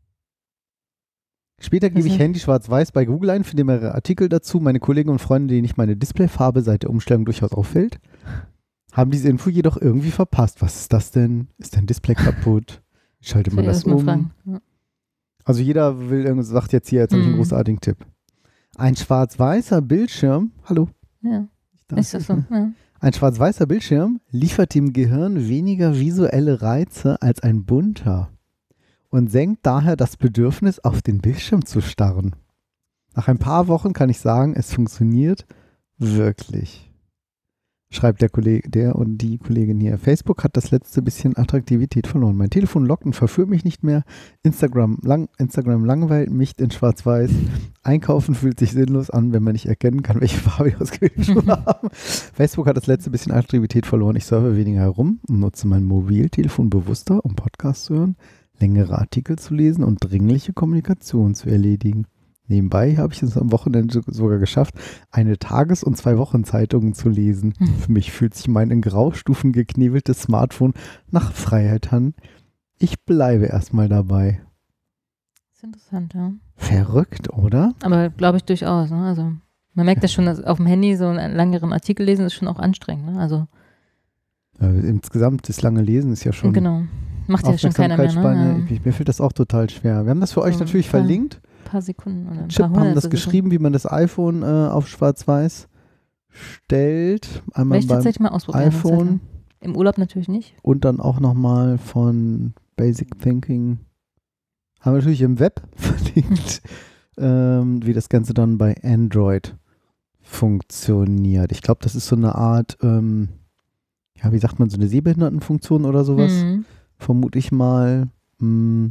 Später gebe Was ich ist- Handy schwarz-weiß bei Google ein, finde mehrere Artikel dazu. Meine Kollegen und Freunde, denen ich meine Displayfarbe seit der Umstellung durchaus auffällt, haben diese Info jedoch irgendwie verpasst. Was ist das denn? Ist dein Display kaputt? Wie schaltet man das Zuerst mal um? fragen. Ja. Also jeder will irgendwie sagt jetzt hier, jetzt habe ich einen Mhm. großartigen Tipp. Ein schwarz-weißer Bildschirm, hallo? Ja. Ich darf Ist das nicht, so? ne? Ja. Ein schwarz-weißer Bildschirm liefert dem Gehirn weniger visuelle Reize als ein bunter und senkt daher das Bedürfnis, auf den Bildschirm zu starren. Nach ein paar Wochen kann ich sagen, es funktioniert wirklich. Schreibt der Kollege, der und die Kollegin hier. Facebook hat das letzte bisschen Attraktivität verloren. Mein Telefon lockt und verführt mich nicht mehr. Instagram, lang, Instagram langweilt mich in Schwarz-Weiß. Einkaufen fühlt sich sinnlos an, wenn man nicht erkennen kann, welche Farbe ich ausgewählt Schuhe haben. Facebook hat das letzte bisschen Attraktivität verloren. Ich surfe weniger herum und nutze mein Mobiltelefon bewusster, um Podcasts zu hören, längere Artikel zu lesen und dringliche Kommunikation zu erledigen. Nebenbei habe ich es am Wochenende sogar geschafft, eine Tages- und zwei Wochenzeitungen zu lesen. Hm. Für mich fühlt sich mein in Graustufen geknebeltes Smartphone nach Freiheit an. Ich bleibe erstmal dabei. Das ist interessant, ja. Verrückt, oder? Aber glaube ich durchaus. Ne? Also man merkt das schon, dass auf dem Handy so einen längeren Artikel lesen ist schon auch anstrengend. Ne? Also Ja, insgesamt das lange Lesen ist ja schon genau. Macht ja schon keiner mehr. Aufmerksamkeitsspanne. Ne? Ja. Ich- Mir fällt das auch total schwer. Wir haben das für euch So, natürlich klar. verlinkt. Ein paar Sekunden oder ein Chip paar haben hundert das sowieso. geschrieben, wie man das iPhone äh, auf Schwarz-Weiß stellt. Einmal Will ich beim tatsächlich mal ausprobieren. eine Zeit iPhone lang. Im Urlaub natürlich nicht. und dann auch nochmal von Basic Thinking. Haben wir natürlich im Web verlinkt, ähm, wie das Ganze dann bei Android funktioniert. Ich glaube, das ist so eine Art, ähm, ja, wie sagt man, so eine Sehbehindertenfunktion oder sowas. Mhm. Vermute ich mal. Mh,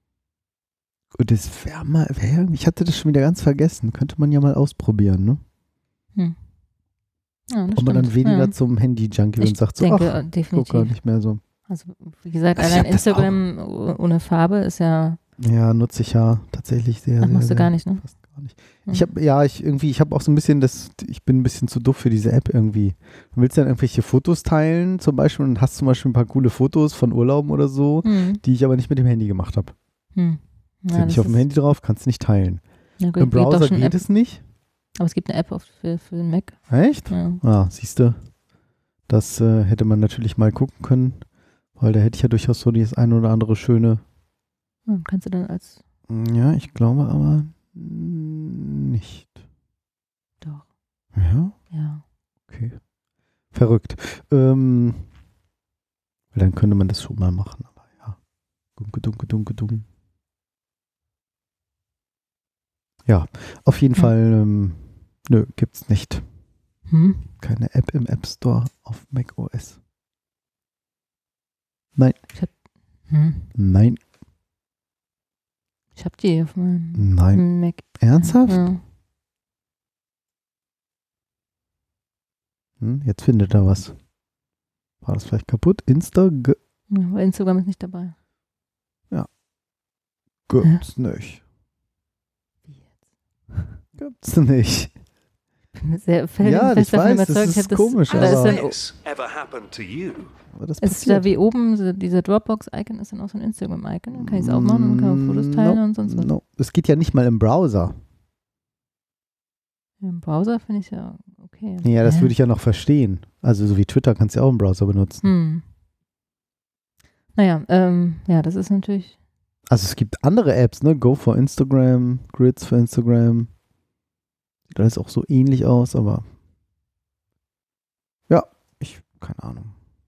und das wäre mal, wär, ich hatte das schon wieder ganz vergessen. Könnte man ja mal ausprobieren, ne? Hm. Ja, das Ob man dann stimmt. weniger ja. zum Handy-Junkie wird Ich und sagt so, denke, ach, äh, guck definitiv. gar nicht mehr so. Also wie gesagt, Also ich allein hab das Instagram o- ohne Farbe ist ja, Ja, nutze ich ja tatsächlich sehr, das sehr, machst du sehr, gar nicht, ne? fast gar nicht. Hm. Ich habe, ja, ich irgendwie, ich habe auch so ein bisschen das, ich bin ein bisschen zu doof für diese App irgendwie. Du willst dann irgendwelche Fotos teilen zum Beispiel und hast zum Beispiel ein paar coole Fotos von Urlauben oder so, Hm. die ich aber nicht mit dem Handy gemacht habe. Hm. Sind Ja, nicht das auf dem ist- Handy drauf, kannst nicht teilen. Ja, gut, Im gibt auch Browser schon geht App, es nicht. aber es gibt eine App auf, für, für den Mac. Echt? Ja. Ah, siehst du. Das äh, hätte man natürlich mal gucken können, weil da hätte ich ja durchaus so das ein oder andere schöne. Ja, kannst du dann als Ja, ich glaube aber nicht. doch, Ja, ja. okay. Verrückt. Ähm, dann könnte man das schon mal machen, aber ja. Dunke, dunke, dunke, dunke. Ja, auf jeden Hm. Fall, ähm, nö, gibt's nicht. Hm? Keine App im App Store auf macOS. Nein, Hm. nein, Ich hab die auf meinem nein. Mac. Ernsthaft? Ja. Hm, jetzt findet er was. War das vielleicht kaputt? Insta g- Ja, aber Instagram ist nicht dabei. gibt's nicht. Gibt's nicht. Ich bin sehr fest Ja, ich davon weiß, das überzeugt. ist ich hab das, komisch, da ist aber- dann, This ever happened to you? Aber das ist da passiert. wie oben, so dieser Dropbox-Icon ist dann auch so ein Instagram-Icon. Dann kann ich es aufmachen und kann Fotos teilen No, und sonst was. no. Es geht ja nicht mal im Browser. Ja, Im Browser finde ich ja okay. Ja, das Hä? würde ich ja noch verstehen. Also so wie Twitter kannst du ja auch im Browser benutzen. Hm. Naja, ähm, ja, das ist natürlich. Also es gibt andere Apps, ne? Go for Instagram, Grids für Instagram. Sieht alles auch so ähnlich aus, aber ja, ich, keine Ahnung.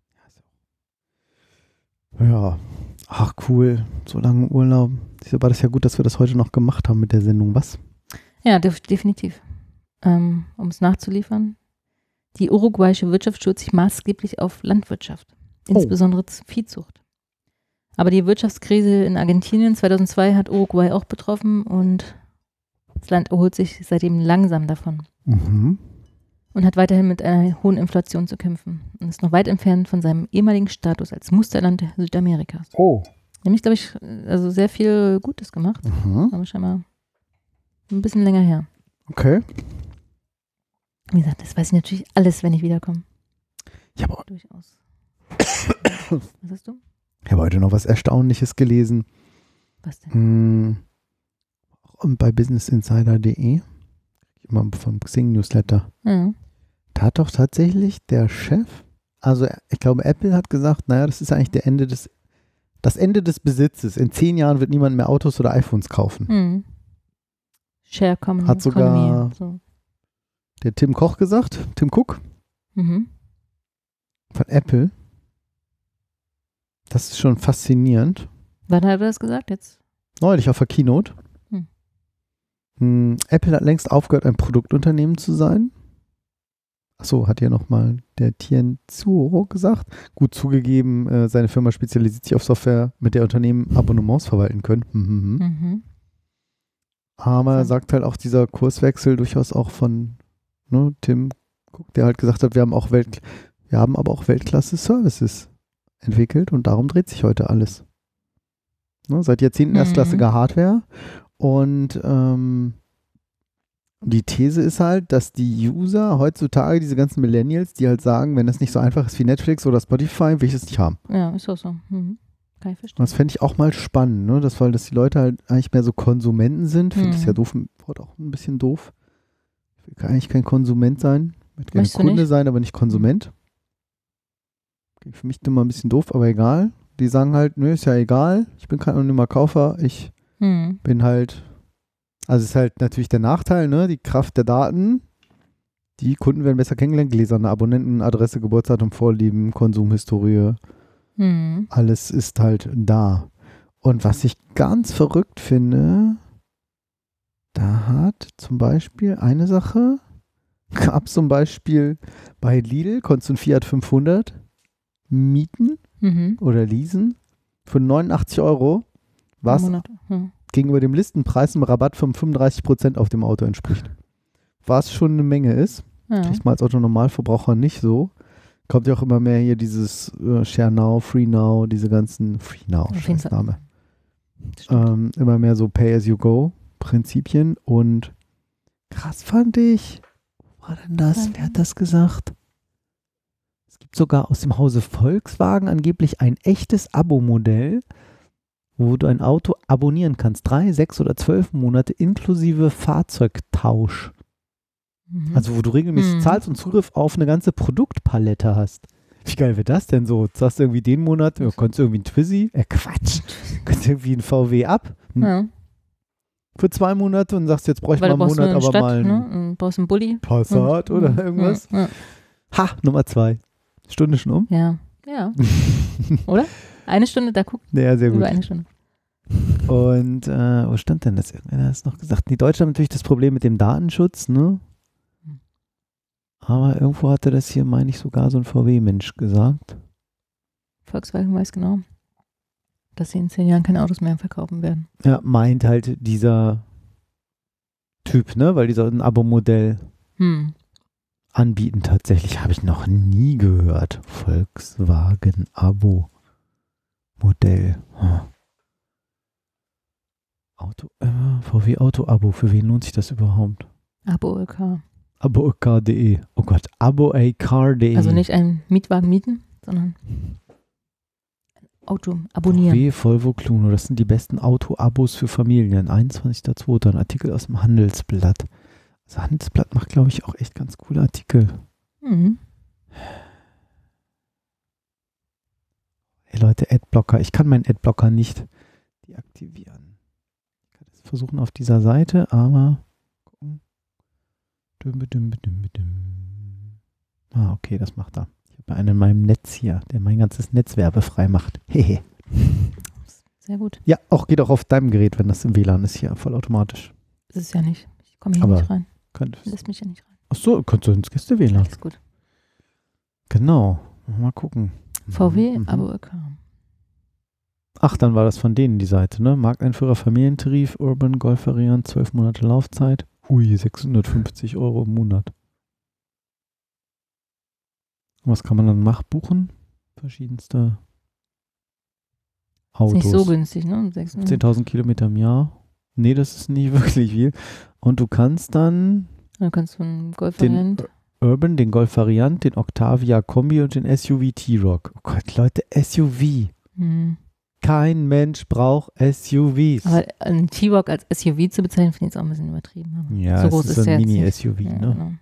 Ja, ach cool, so lange Urlaub. Wieso war das ja gut, dass wir das heute noch gemacht haben mit der Sendung, was? Ja, def definitiv. Ähm, um es nachzuliefern. Die uruguayische Wirtschaft stürzt sich maßgeblich auf Landwirtschaft, insbesondere Viehzucht. Aber die Wirtschaftskrise in Argentinien zweitausendzwei hat Uruguay auch betroffen und das Land erholt sich seitdem langsam davon Mhm. und hat weiterhin mit einer hohen Inflation zu kämpfen und ist noch weit entfernt von seinem ehemaligen Status als Musterland Südamerikas. Oh. Nämlich, glaube ich, also sehr viel Gutes gemacht, Mhm. aber scheinbar ein bisschen länger her. Okay. Wie gesagt, das weiß ich natürlich alles, wenn ich wiederkomme. Ja, aber Durchaus. Was hast du? Ich habe heute noch was Erstaunliches gelesen. Was denn? Hm, auch bei business insider punkt de, immer vom Xing Newsletter. Ja. Da hat doch tatsächlich der Chef, also ich glaube Apple hat gesagt, naja, das ist eigentlich der Ende des, das Ende des Besitzes. In zehn Jahren wird niemand mehr Autos oder iPhones kaufen. Mhm. Share Economy. Hat sogar so. der Tim Koch gesagt, Tim Cook Mhm. von Apple. Das ist schon faszinierend. Wann hat er das gesagt? Jetzt? Neulich auf der Keynote. Hm. Hm, Apple hat längst aufgehört, ein Produktunternehmen zu sein. Achso, hat ja nochmal der Tien Tsuo gesagt. Gut zugegeben, äh, seine Firma spezialisiert sich auf Software, mit der Unternehmen Abonnements verwalten können. Mhm. Mhm. Aber er So. sagt halt auch dieser Kurswechsel durchaus auch von ne, Tim Cook, der halt gesagt hat, wir haben auch Welt, wir haben aber auch Weltklasse-Services entwickelt und darum dreht sich heute alles. Ne, seit Jahrzehnten Mhm. erstklassige Hardware und ähm, die These ist halt, dass die User heutzutage, diese ganzen Millennials, die halt sagen, wenn das nicht so einfach ist wie Netflix oder Spotify, will ich es nicht haben. Ja, ist auch so. Mhm. Kann ich Und verstehen. das fände ich auch mal spannend, ne? Das, weil dass die Leute halt eigentlich mehr so Konsumenten sind. Finde ich Mhm. ja doof, Wort auch ein bisschen doof. Ich will eigentlich kein Konsument sein. Ich möchte gerne Möchtest du Kunde nicht? sein, aber nicht Konsument. Klingt für mich immer ein bisschen doof, aber egal. Die sagen halt, nö, ist ja egal. Ich bin kein anonymer Kaufer. Ich Mhm. bin halt, also es ist halt natürlich der Nachteil, ne? Die Kraft der Daten. Die Kunden werden besser kennengelernt, gläserne Abonnenten, Adresse, Geburtsdatum, Vorlieben, Konsumhistorie. Mhm. Alles ist halt da. Und was ich ganz verrückt finde, da hat zum Beispiel eine Sache, gab es zum Beispiel bei Lidl, konntest du einen Fiat fünfhundert mieten Mhm. oder leasen für neunundachtzig Euro, was Monat. Ja. gegenüber dem Listenpreis ein Rabatt von fünfunddreißig Prozent auf dem Auto entspricht. Was schon eine Menge ist, Ja. kriegt man als Autonormalverbraucher nicht so. Kommt ja auch immer mehr hier dieses äh, Share Now, Free Now, diese ganzen Free Now, Auf jeden Fall. Scheißname. Stimmt. Ähm, immer mehr so Pay-as-you-go-Prinzipien und krass fand ich, wo war denn das? Wer hat das gesagt? Es gibt sogar aus dem Hause Volkswagen angeblich ein echtes Abo-Modell, wo du ein Auto abonnieren kannst. Drei, sechs oder zwölf Monate inklusive Fahrzeugtausch. Mhm. Also wo du regelmäßig Mhm. zahlst und Zugriff auf eine ganze Produktpalette hast. Wie geil wäre das denn so? Zahlst du irgendwie den Monat, ja, konntest du irgendwie einen Twizy? Äh, Quatsch. Konntest du irgendwie einen V W ab ja. für zwei Monate und sagst, jetzt brauche ich Weil mal du einen brauchst Monat eine aber Stadt, mal einen ne? Du brauchst einen Bulli. Passat oder Mhm. irgendwas. Ja. Ha, Nummer zwei. Stunde schon um? Ja. Ja. Oder? Eine Stunde, da guckt Ja, sehr gut. über eine Stunde. Und äh, wo stand denn das? Irgendwer hat es noch gesagt. Die Deutschland haben natürlich das Problem mit dem Datenschutz, ne? Hm. Aber irgendwo hatte das hier, meine ich, sogar so ein V W-Mensch gesagt. Volkswagen weiß genau, dass sie in zehn Jahren keine Autos mehr verkaufen werden. Ja, meint halt dieser Typ, ne? Weil die so ein Abo-Modell Hm. anbieten. Tatsächlich habe ich noch nie gehört. Volkswagen Abo-Modell. Hm. Auto, äh, V W Auto-Abo. Für wen lohnt sich das überhaupt? Abo L K. abo a car punkt de. Oh Gott, abo a car punkt de. Also nicht einen Mietwagen mieten, sondern ein Auto abonnieren. V W, Volvo, Cluno. Das sind die besten Auto-Abos für Familien. einundzwanzigster zweiter Ein Artikel aus dem Handelsblatt. Das Handelsblatt macht, glaube ich, auch echt ganz coole Artikel. Mhm. Hey Leute, Adblocker. Ich kann meinen Adblocker nicht deaktivieren. Ich kann es versuchen auf dieser Seite, aber gucken. Düm, düm, düm, düm. Ah, okay, das macht er. Ich habe einen in meinem Netz hier, der mein ganzes Netz werbefrei macht. Hehe. Sehr gut. Ja, auch geht auch auf deinem Gerät, wenn das im W L A N ist, hier vollautomatisch. Das ist ja nicht. Ich komme hier Aber- nicht rein. Könntest. Lässt mich ja nicht rein. Achso, könntest du ins Gäste-W L A N. Alles gut. Genau. Mal gucken. V W, Mhm. Abo L K. Ach, dann war das von denen die Seite, ne? Markteinführer, Familientarif, Urban, Golf-Variant, zwölf Monate Laufzeit. Ui, sechshundertfünfzig Euro im Monat. Was kann man dann machen? Buchen? Verschiedenste Ist Autos. nicht so günstig, ne? sechshundert. zehntausend Kilometer im Jahr. Nee, das ist nicht wirklich viel. Und du kannst dann Dann kannst du einen den Golf-Variant. Urban, den Golf Variant, den Octavia Kombi und den S U V T-Roc. Oh Gott, Leute, S U V. Hm. Kein Mensch braucht S U Vs. Aber ein T-Roc als S U V zu bezeichnen, finde ich jetzt auch ein bisschen übertrieben. Aber Ja, so es groß ist ist so der ein jetzt Mini-S nicht. U V, Ja, ne? genau.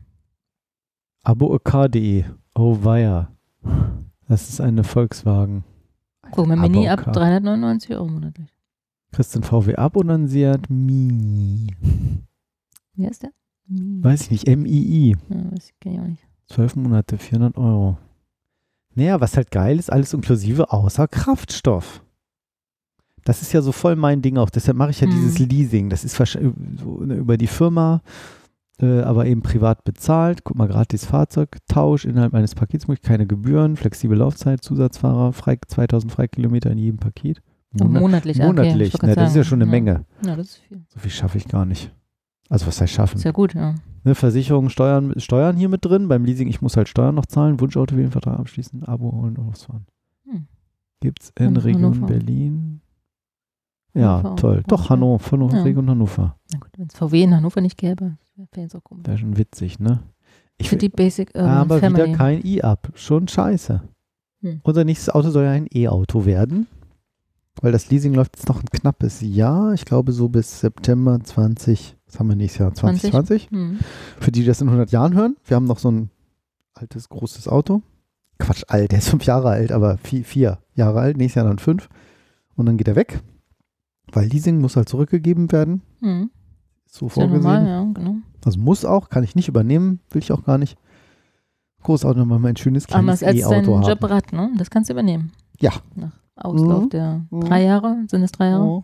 Abo punkt de. Oh weia. Das ist eine Volkswagen. Guck mal, Mini ab Abo-Car. dreihundertneunundneunzig Euro monatlich. Kriegst du einen V W ab und einen Seat Mii. Wie heißt der? Hm. Weiß ich nicht, M I I. Ja, das kenne ich auch nicht. zwölf Monate, vierhundert Euro. Naja, was halt geil ist, alles inklusive außer Kraftstoff. Das ist ja so voll mein Ding auch. Deshalb mache ich ja Mhm. dieses Leasing. Das ist wahrscheinlich so über die Firma, äh, aber eben privat bezahlt. Guck mal, gratis Fahrzeugtausch innerhalb eines Pakets, keine Gebühren, flexible Laufzeit, Zusatzfahrer, frei, zweitausend Freikilometer in jedem Paket. Oh, monatlich, okay. Monatlich, Ich wollte ne, gerade das ist ja sagen, schon eine ja. Menge. Ja, das ist viel. So viel schaffe ich gar nicht. Also was heißt schaffen? Ist ja gut, ja. Ne, Versicherung, Steuern, Steuern hier mit drin. Beim Leasing, ich muss halt Steuern noch zahlen, Wunschauto Vertrag abschließen, Abo holen und losfahren. Hm. Gibt's in Und Region Hannover. Berlin? Ja, Hannover auch. toll. Doch, Hannover, von Ja. Region Hannover. Na gut, wenn es V W in Hannover nicht gäbe, wäre jetzt auch komisch. Wäre schon witzig, ne? Ich Für die Basic Urban aber Family. wieder kein E-Up. Schon scheiße. Hm. Unser nächstes Auto soll ja ein E-Auto werden. Weil das Leasing läuft jetzt noch ein knappes Jahr. Ich glaube so bis September zwanzig. Was haben wir nächstes Jahr? zwanzig zwanzig? Hm. Für die, die das in hundert Jahren hören. Wir haben noch so ein altes, großes Auto. Quatsch, alt. Der ist fünf Jahre alt, aber vier, vier Jahre alt. Nächstes Jahr dann fünf. Und dann geht er weg. Weil Leasing muss halt zurückgegeben werden. Hm. So Ist ja vorgesehen. normal, ja, genau. Also muss auch, kann ich nicht übernehmen. Will ich auch gar nicht. Großes Auto, nochmal ein schönes Anders kleines als dein E-Auto haben. Jobrad, ne? Das kannst du übernehmen. Ja. Nach Auslauf Mhm. der Mhm. drei Jahre. Sind es drei Jahre?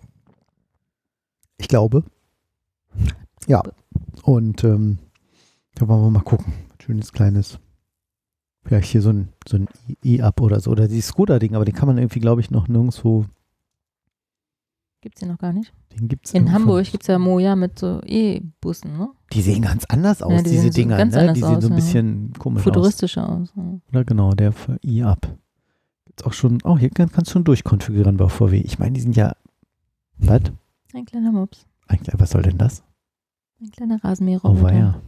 Ich glaube. Ja. Und ähm, da wollen wir mal gucken. Schönes kleines. Vielleicht hier so ein, so ein E-Up oder so. Oder dieses Skoda-Ding, aber den kann man irgendwie, glaube ich, noch nirgendwo. Gibt es hier noch gar nicht. Den gibt's In irgendwo. Hamburg gibt es ja Moja mit so E-Bussen, ne? Die sehen ganz anders aus, Ja, die diese sehen so Dinger. ganz Ne? anders Die sehen aus, so ein ja. bisschen komisch Futuristischer aus. Ja. aus. Oder genau, der für E-Up. Gibt's auch schon. Oh, hier kann, kannst du schon durchkonfigurieren bei V W. Ich meine, die sind ja. Was? Ein kleiner Mops. Eigentlich, was soll denn das? Ein kleiner Rasenmäherroboter. Oh, weia.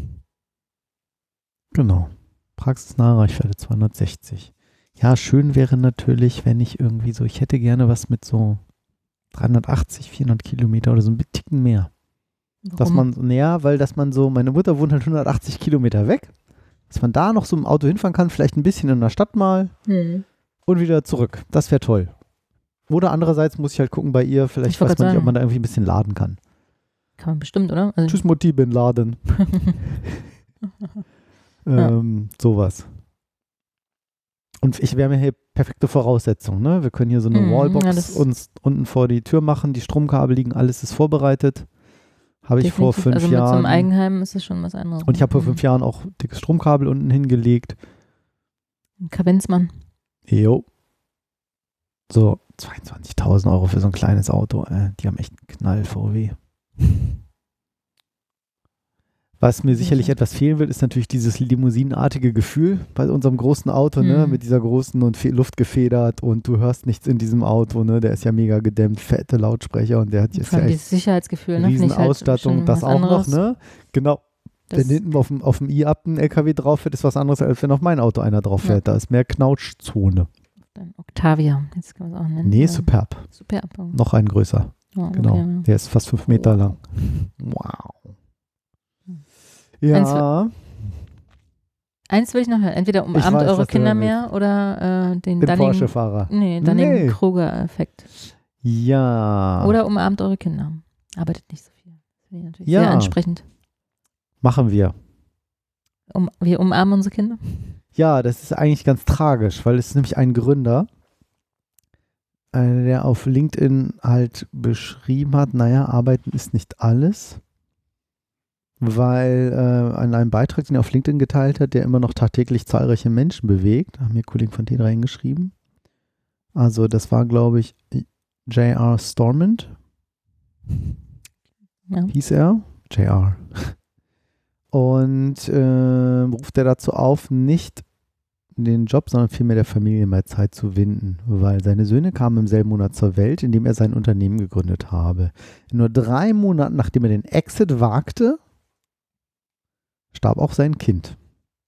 Genau. Praxisnahe Reichweite zweihundertsechzig. Ja, schön wäre natürlich, wenn ich irgendwie so, ich hätte gerne was mit so dreihundertachtzig, vierhundert Kilometer oder so ein Ticken mehr. Warum? Dass man, naja, weil dass man so, meine Mutter wohnt halt hundertachtzig Kilometer weg, dass man da noch so im Auto hinfahren kann, vielleicht ein bisschen in der Stadt mal Hm. und wieder zurück. Das wäre toll. Oder andererseits muss ich halt gucken bei ihr, vielleicht Ich wollt weiß man grad nicht, ob sagen. man da irgendwie ein bisschen laden kann. Kann man bestimmt, oder? Also, Tschüss Mutti, bin laden. ähm, sowas. Und ich, wir haben ja hier perfekte Voraussetzungen. Ne? Wir können hier so eine Mhm, Wallbox ja, das- uns unten vor die Tür machen, die Stromkabel liegen, alles ist vorbereitet. Habe ich vor definitiv. fünf also mit so einem Jahren. Eigenheim ist das schon was anderes. Und ich habe vor Mhm. fünf Jahren auch dickes Stromkabel unten hingelegt. Ein Kavenzmann. Jo. So, zweiundzwanzigtausend Euro für so ein kleines Auto. Äh, die haben echt einen Knall, V W. Was mir sicherlich Sicher. etwas fehlen wird, ist natürlich dieses limousinenartige Gefühl bei unserem großen Auto, ne? Mhm. Mit dieser großen und fe- Luft gefedert und du hörst nichts in diesem Auto, ne? Der ist ja mega gedämmt, fette Lautsprecher und der hat jetzt Vor ja allem echt dieses Sicherheitsgefühl. Ne? Finde ich halt Riesenausstattung, schon das was auch anderes. noch, ne? Genau. Das, Wenn hinten auf dem, auf dem I-Up ein L K W drauf fährt, ist was anderes, als wenn auf mein Auto einer drauf fährt. Da ist mehr Knautschzone. Dann Octavia, jetzt kann man es auch nennen. Nee, Ja. superb. Superb. Noch ein größer. Ja, Genau. okay, ja. Der ist fast fünf Meter Wow. lang. Wow. Eins Ja, Eins will ich noch hören. Entweder Ich umarmt weiß, eure was du Kinder hören mehr oder äh, den bin Dunning, Porsche-Fahrer. nee, Nee. Dunning-Kruger-Effekt. Ja. Oder umarmt eure Kinder. Arbeitet nicht so viel. Das finde ich natürlich Ja. sehr ansprechend. Machen wir. Um, wir umarmen unsere Kinder. Ja, das ist eigentlich ganz tragisch, weil es ist nämlich ein Gründer, äh, der auf LinkedIn halt beschrieben hat, naja, arbeiten ist nicht alles, weil äh, an einem Beitrag, den er auf LinkedIn geteilt hat, der immer noch tagtäglich zahlreiche Menschen bewegt, haben mir Kollegen von T drei hingeschrieben. Also das war, glaube ich, J R Stormont, Ja. hieß er. J R. Und äh, ruft er dazu auf, nicht den Job, sondern vielmehr der Familie mehr Zeit zu winden, weil seine Söhne kamen im selben Monat zur Welt, in dem er sein Unternehmen gegründet habe. Nur drei Monate, nachdem er den Exit wagte, starb auch sein Kind.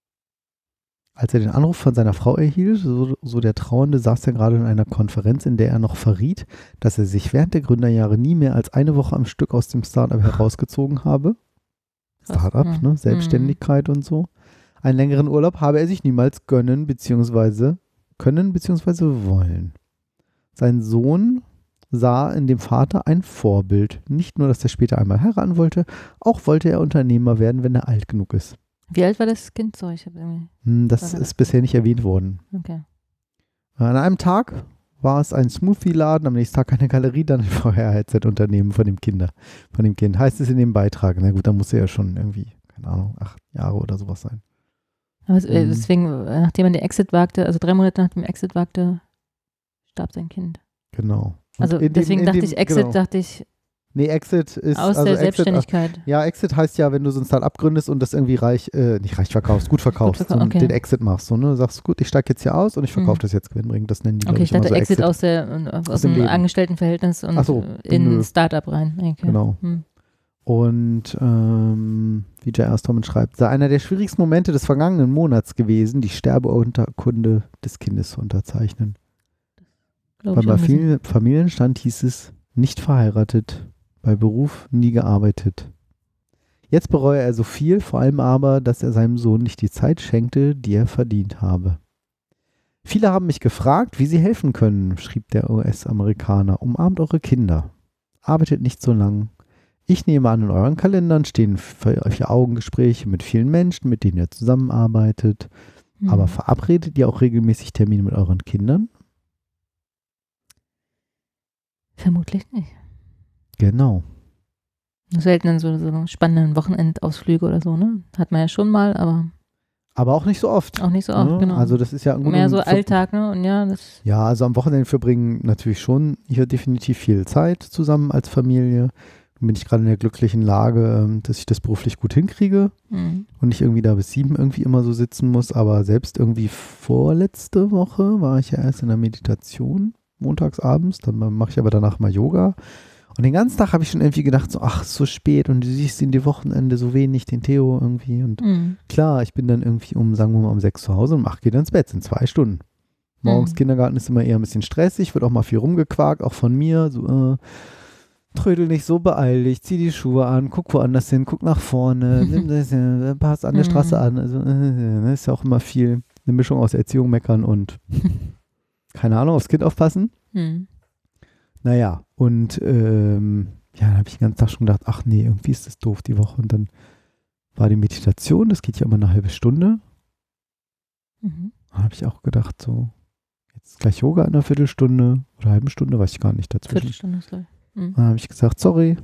Als er den Anruf von seiner Frau erhielt, so, so der Trauernde, saß er gerade in einer Konferenz, in der er noch verriet, dass er sich während der Gründerjahre nie mehr als eine Woche am Stück aus dem Startup herausgezogen habe. Startup, ja. ne? Selbstständigkeit und so. Einen längeren Urlaub habe er sich niemals gönnen, beziehungsweise können, beziehungsweise wollen. Sein Sohn sah in dem Vater ein Vorbild. Nicht nur, dass er später einmal heiraten wollte, auch wollte er Unternehmer werden, wenn er alt genug ist. Wie alt war das Kind so? Ich hab irgendwie... Hm, Das ist bisher nicht erwähnt worden. Okay. An einem Tag war es ein Smoothie-Laden, am nächsten Tag eine Galerie, dann ein V R-Headset-Unternehmen von dem Kinder, von dem Kind. Heißt es in dem Beitrag. Na gut, dann muss er ja schon irgendwie, keine Ahnung, acht Jahre oder sowas sein. Aber es, äh, Mhm. deswegen, äh, nachdem er den Exit wagte, also drei Monate nach dem Exit wagte, starb sein Kind. Genau. Und Also in dem- deswegen in dachte dem- ich, Exit, genau. dachte ich, Nee, Exit ist aus also der Exit, Selbstständigkeit. Ja, Exit heißt ja, wenn du so ein Start-up gründest und das irgendwie reich, äh, nicht reich verkaufst, gut verkaufst verkau- und okay. den Exit machst. So, ne? Du sagst, gut, ich steige jetzt hier aus und ich verkaufe Mhm. das jetzt gewinnbringend. Das nennen die, Okay, glaub ich dachte immer so Exit, aus, der, äh, aus, Aus dem dem Leben. Angestelltenverhältnis und Ach so, äh, in nö. Startup rein. Okay. Genau. Hm. Und ähm, wie J R. Storman schreibt, sei einer der schwierigsten Momente des vergangenen Monats gewesen, die Sterbeurkunde des Kindes zu unterzeichnen. Glaub Bei ich auch ein bisschen. vielen Familienstand hieß es, nicht verheiratet, bei Beruf nie gearbeitet. Jetzt bereue er so viel, vor allem aber, dass er seinem Sohn nicht die Zeit schenkte, die er verdient habe. Viele haben mich gefragt, wie sie helfen können, schrieb der U S-Amerikaner. Umarmt eure Kinder. Arbeitet nicht so lang. Ich nehme an, in euren Kalendern stehen für euch Augengespräche mit vielen Menschen, mit denen ihr zusammenarbeitet. Hm. Aber verabredet ihr auch regelmäßig Termine mit euren Kindern? Vermutlich nicht. Genau. Selten in so, so spannenden Wochenendausflüge oder so, ne? Hat man ja schon mal, aber Aber auch nicht so oft. auch nicht so oft, Ne? genau. Also das ist ja ein Mehr so guter- Alltag, ne? Und ja, das. Ja, also am Wochenende verbringen natürlich schon hier definitiv viel Zeit zusammen als Familie. Nun bin ich gerade in der glücklichen Lage, ähm, dass ich das beruflich gut hinkriege Hm. und nicht irgendwie da bis sieben irgendwie immer so sitzen muss. Aber selbst irgendwie vorletzte Woche war ich ja erst in der Meditation, montags abends. Dann mache ich aber danach mal Yoga. Und den ganzen Tag habe ich schon irgendwie gedacht, so, ach, ist so spät und du siehst in die Wochenende so wenig, den Theo irgendwie. Und Hm. klar, ich bin dann irgendwie um, sagen wir mal, um sechs zu Hause und um acht geht dann ins Bett, sind zwei Stunden. Morgens Mhm. Kindergarten ist immer eher ein bisschen stressig, wird auch mal viel rumgequakt, auch von mir. So, äh, trödel nicht so, beeil dich, zieh die Schuhe an, guck woanders hin, guck nach vorne, nimm das, äh, pass an der Mhm. Straße an. Also, äh, ist ja auch immer viel eine Mischung aus Erziehung, Meckern und keine Ahnung, aufs Kind aufpassen. Hm. Naja, und ähm, ja, dann habe ich den ganzen Tag schon gedacht, ach nee, irgendwie ist das doof die Woche. Und dann war die Meditation, das geht ja immer eine halbe Stunde. Mhm. Da habe ich auch gedacht, so, jetzt gleich Yoga in einer Viertelstunde oder halben Stunde, weiß ich gar nicht dazwischen. Viertelstunde ist gleich. Hm. Dann habe ich gesagt, sorry,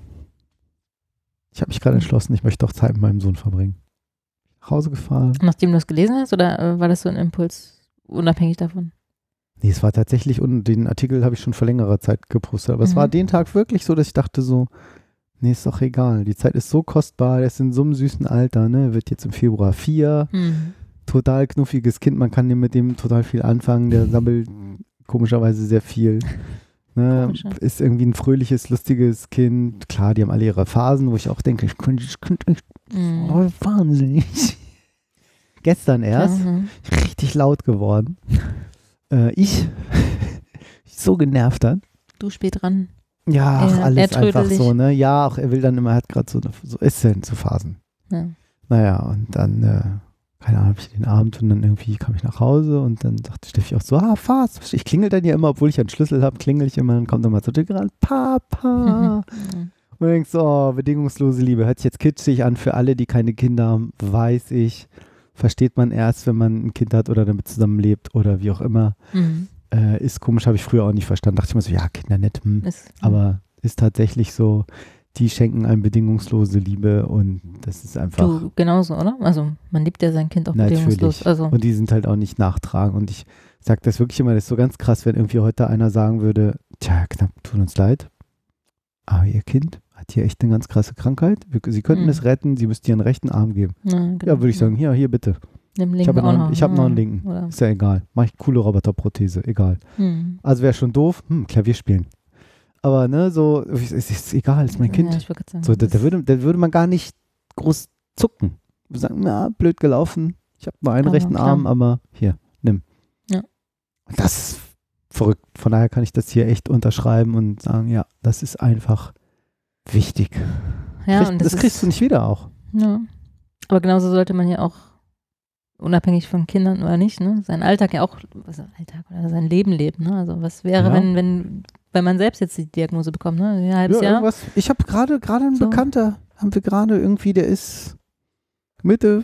ich habe mich gerade entschlossen, ich möchte doch Zeit mit meinem Sohn verbringen. Nach Hause gefahren. Nachdem du es gelesen hast, oder äh, war das so ein Impuls unabhängig davon? Nee, es war tatsächlich, und den Artikel habe ich schon vor längerer Zeit gepostet, aber es Mhm. war den Tag wirklich so, dass ich dachte so, nee, ist doch egal, die Zeit ist so kostbar, der ist in so einem süßen Alter, ne, wird jetzt im Februar vier, Hm. total knuffiges Kind, man kann mit dem total viel anfangen, der sammelt komischerweise sehr viel. Ne, Komisch, ja. ist irgendwie ein fröhliches, lustiges Kind. Klar, die haben alle ihre Phasen, wo ich auch denke, ich könnte, ich könnte echt Hm. oh, wahnsinnig. Gestern erst, Ja, mhm. richtig laut geworden. Äh, ich, so genervt dann. Du spät dran. Ja, ach, Er- alles er einfach trödelig. so, ne? Ja, auch er will dann immer, er hat gerade so, eine- so ist denn so Phasen. Ja. Naja, und dann, äh, keine Ahnung, habe ich den Abend und dann irgendwie kam ich nach Hause und dann sagte Steffi auch so, ah, fast. Ich klingel dann ja immer, obwohl ich einen Schlüssel habe, klingel ich immer und kommt dann mal zur Tür ran, Papa. Mhm. Und du denkst, oh, bedingungslose Liebe. Hört sich jetzt kitschig an für alle, die keine Kinder haben, weiß ich. Versteht man erst, wenn man ein Kind hat oder damit zusammenlebt oder wie auch immer. Mhm. Äh, ist komisch, habe ich früher auch nicht verstanden. Dachte ich mir so, ja, Kinder nett, hm. Ist, Aber ist tatsächlich so, die schenken einem bedingungslose Liebe und das ist einfach, du genauso, oder? Also man liebt ja sein Kind auch Natürlich. bedingungslos. Also und die sind halt auch nicht nachtragen. Und ich sage das wirklich immer, das ist so ganz krass, wenn irgendwie heute einer sagen würde, tja, knapp, tut uns leid, aber ihr Kind hat hier echt eine ganz krasse Krankheit. Wir, sie könnten Mhm. es retten, sie müssten ihr einen rechten Arm geben. ja, genau. Ja, würde ich sagen, hier, hier bitte. Nimm Ich habe linken noch, auch ich hab noch einen ja. linken. Oder, Ist ja egal. Mach ich coole Roboterprothese, egal. hm. Also wäre schon doof, hm, Klavier spielen. Aber ne, so, es ist, ist egal, ist mein Kind. Ja, ich wollte gerade sagen, So, da, das- da, würde, da würde man gar nicht groß zucken. Wir sagen, ja, blöd gelaufen, Ich habe nur einen Aber rechten klar. Arm, aber hier, nimm. Ja. Und das ist verrückt. Von daher kann ich das hier echt unterschreiben und sagen, ja, das ist einfach wichtig. Ja, Krieg, und das, das, kriegst ist, du nicht wieder auch. Ja. Aber genauso sollte man ja auch, unabhängig von Kindern oder nicht, ne, seinen Alltag ja auch, also Alltag oder sein Leben leben. Ne? Also was wäre, Ja. wenn, wenn, wenn man selbst jetzt die Diagnose bekommt, ne? Ein halbes Ja, Jahr. irgendwas. Ich habe gerade gerade einen So. Bekannter, haben wir gerade irgendwie, der ist Mitte,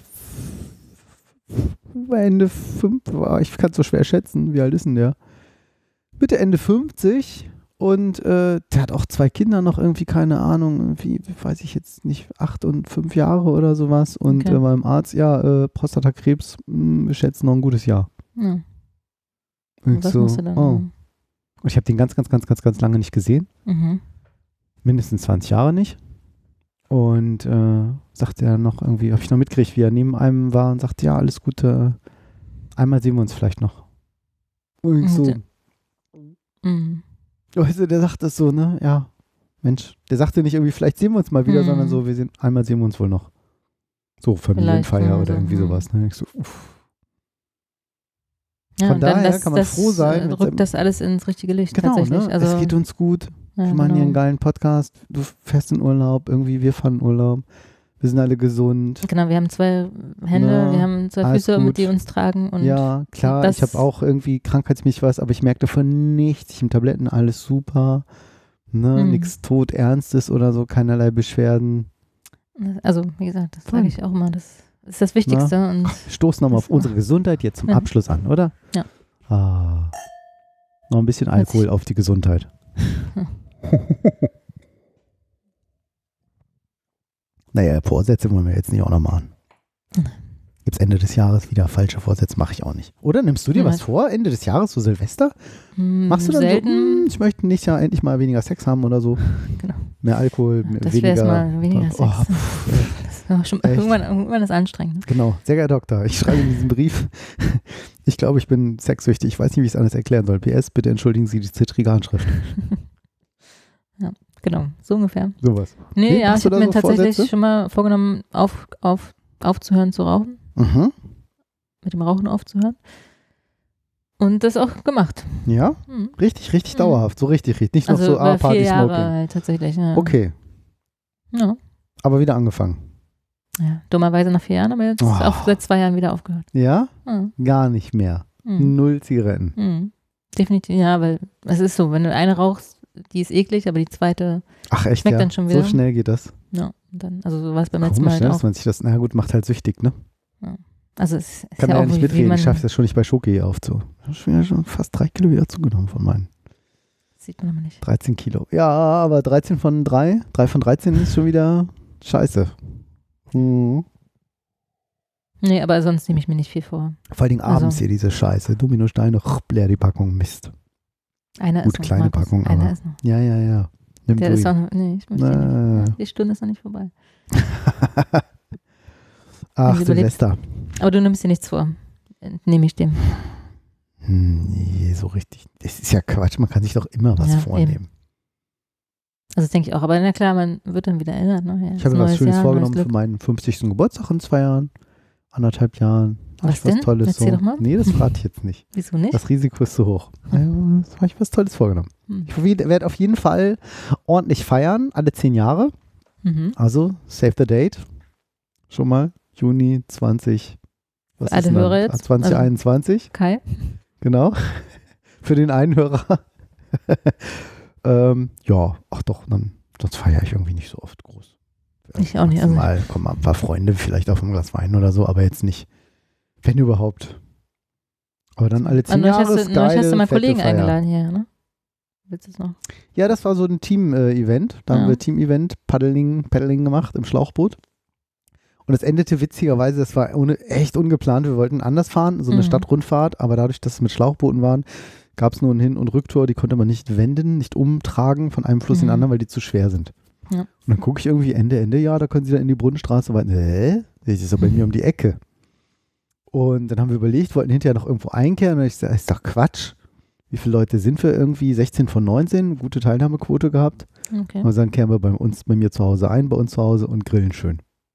Ende fünf, ich kann es so schwer schätzen, wie alt ist denn der? Mitte, Ende fünfzig und äh, der hat auch zwei Kinder noch irgendwie, keine Ahnung, irgendwie, weiß ich jetzt nicht, acht und fünf Jahre oder sowas und Okay. äh, beim Arzt, ja, äh, Prostatakrebs, mh, wir schätzen noch ein gutes Jahr. Ja. Und Was so, musst du dann? oh. Und ich habe den ganz, ganz, ganz, ganz, ganz lange nicht gesehen. Mhm. Mindestens zwanzig Jahre nicht. Und äh, sagte er noch irgendwie, habe ich noch mitgekriegt, wie er neben einem war und sagte, ja, alles Gute, einmal sehen wir uns vielleicht noch. Und ich so, Und, Mhm. weißt du, der sagt das so, ne, ja, Mensch, der sagte nicht irgendwie, vielleicht sehen wir uns mal wieder, Mhm. sondern so, wir sehen, einmal sehen wir uns wohl noch. So, Familienfeier Vielleicht, ja, oder so, irgendwie mhm. sowas. Ne? Ich so, uff. Ja, Von und dann daher das, kann man das, froh sein, äh, wenn's rückt einem- das alles ins richtige Licht Genau, tatsächlich. ne? Also, Es geht uns gut. ja, Wir machen hier genau. einen geilen Podcast. Du fährst in Urlaub, irgendwie, wir fahren in Urlaub. Wir sind alle gesund. Genau, wir haben zwei Hände, Na, wir haben zwei alles Füße, gut. mit die uns tragen. Und Ja, klar, das- ich habe auch irgendwie krankheitsmäßig was, aber ich merke davon nichts. Ich nehme Tabletten, alles super. Ne, Mhm. nichts Todernstes oder so, keinerlei Beschwerden. Also, wie gesagt, das Fein. sage ich auch immer. Das ist das Wichtigste. Und Stoßen nochmal auf Das- unsere Gesundheit jetzt zum Ja. Abschluss an, oder? Ja. Ah. Noch ein bisschen Hört sich- Alkohol auf die Gesundheit. Naja, Vorsätze wollen wir jetzt nicht auch noch machen. Gibt's Ende des Jahres wieder falsche Vorsätze? Mache ich auch nicht. Oder nimmst du dir Ja, was vor? Ende des Jahres, so Silvester? Hm, Machst du dann selten. so, hm, ich möchte nächstes Jahr endlich mal weniger Sex haben oder so? Genau. Mehr Alkohol, mehr, Das weniger. wäre mal weniger Sex. Oh, pff, Das ist aber schon, Echt? irgendwann, irgendwann ist anstrengend. Ne? genau, sehr geehrter Doktor, ich schreibe in diesem Brief, ich glaube, ich bin sexsüchtig. Ich weiß nicht, wie ich es anders erklären soll. P S, bitte entschuldigen Sie die zittrige Handschrift. Genau, so ungefähr. Sowas. Nee, Nee, ja, hast ich du habe da mir so tatsächlich Vorsätze? schon mal vorgenommen, auf, auf, aufzuhören zu rauchen, Mhm. mit dem Rauchen aufzuhören. Und das auch gemacht. Ja, Hm. richtig, richtig Mhm. dauerhaft. So richtig, richtig. Nicht noch Also so, ah, über vier Party Jahre Smoking. halt tatsächlich. Ja. Okay, Ja. aber wieder angefangen. Ja. Dummerweise nach vier Jahren, aber jetzt Oh. auch seit zwei Jahren wieder aufgehört. Ja, Ja. gar nicht mehr. Hm. Null Zigaretten. Hm. Definitiv, ja, weil es ist so, wenn du eine rauchst, die ist eklig, aber die zweite, Ach echt, Schmeckt ja. dann schon So wieder. schnell geht das. ja, und dann, also so war es beim letzten Mal Komisch, halt ne, auch. dass man sich das, na gut, macht halt süchtig, ne? Also es ist Kann ja ja, auch nicht wie, wie mitreden. man, Ich schaffe es ja schon nicht bei Schoki aufzu. Ich habe schon, wieder schon fast drei Kilo wieder zugenommen von meinen sieht man aber nicht. dreizehn Kilo. Ja, aber dreizehn von drei, drei von dreizehn ist schon wieder scheiße. Mhm. Nee, aber sonst nehme ich mir nicht viel vor. Vor allen Dingen abends Also- hier diese Scheiße. Dominosteine, leer die Packung, Mist. Einer Gut, ist noch. kleine Markus. Packung, Einer aber- ist noch. Ja, ja, ja. Nimm Der du ist ihn. auch noch, nee, ich möchte Na. nicht. Die Stunde ist noch nicht vorbei. Ach, Wenn sie überlebt. Silvester. Aber du nimmst dir nichts vor. Nehme ich dem. Hm, nee, so richtig. Das ist ja Quatsch. Man kann sich doch immer was Ja, vornehmen. Also das denke ich auch. Aber na klar, man wird dann wieder erinnert. Ne? Ja, Ich ist habe mir was neues Schönes Jahr, vorgenommen neues für Glück. meinen fünfzigsten Geburtstag in zwei Jahren. Anderthalb Jahren. Hab Was ich was denn? Tolles Erzähl so. doch mal. Nee, das verrate ich jetzt nicht. Wieso nicht? Das Risiko ist zu hoch. Ja, das habe ich was Tolles vorgenommen. Hm. Ich werde auf jeden Fall ordentlich feiern, alle zehn Jahre. Mhm. Also, save the date. Schon mal. Juni zwanzig. Was Alle ist denn dann? Hörer jetzt? zwanzig einundzwanzig, Kai? genau. Für den einen Hörer. ähm, ja, ach doch, dann, sonst feiere ich irgendwie nicht so oft groß. Ich auch nicht, also- Mal kommen mal ein paar Freunde, vielleicht auf ein Glas Wein oder so, aber jetzt nicht. Wenn überhaupt. Aber dann alle zehn Neulich Jahre hast, du, ist neulich geile, hast du mal fette Kollegen Feier. eingeladen hier, ne? Willst du es noch? Ja, das war so ein Team-Event. Da Ja. haben wir Team-Event, Paddling, Paddling gemacht im Schlauchboot. Und es endete witzigerweise, das war ohne, echt ungeplant. Wir wollten anders fahren, so eine Mhm. Stadtrundfahrt, aber dadurch, dass es mit Schlauchbooten waren, gab es nur ein Hin- und Rücktor, die konnte man nicht wenden, nicht umtragen von einem Fluss in den Mhm. anderen, weil die zu schwer sind. Ja. Und dann gucke ich irgendwie Ende, Ende, ja, da können sie dann in die Brunnenstraße weiter. Hä? Das ist doch bei mir um die Ecke. Und dann haben wir überlegt, wollten hinterher noch irgendwo einkehren. Und ich sage, ist doch Quatsch. Wie viele Leute sind wir irgendwie? sechzehn von neunzehn, gute Teilnahmequote gehabt. Okay. Und dann kehren wir bei uns, bei mir zu Hause ein, bei uns zu Hause und grillen schön.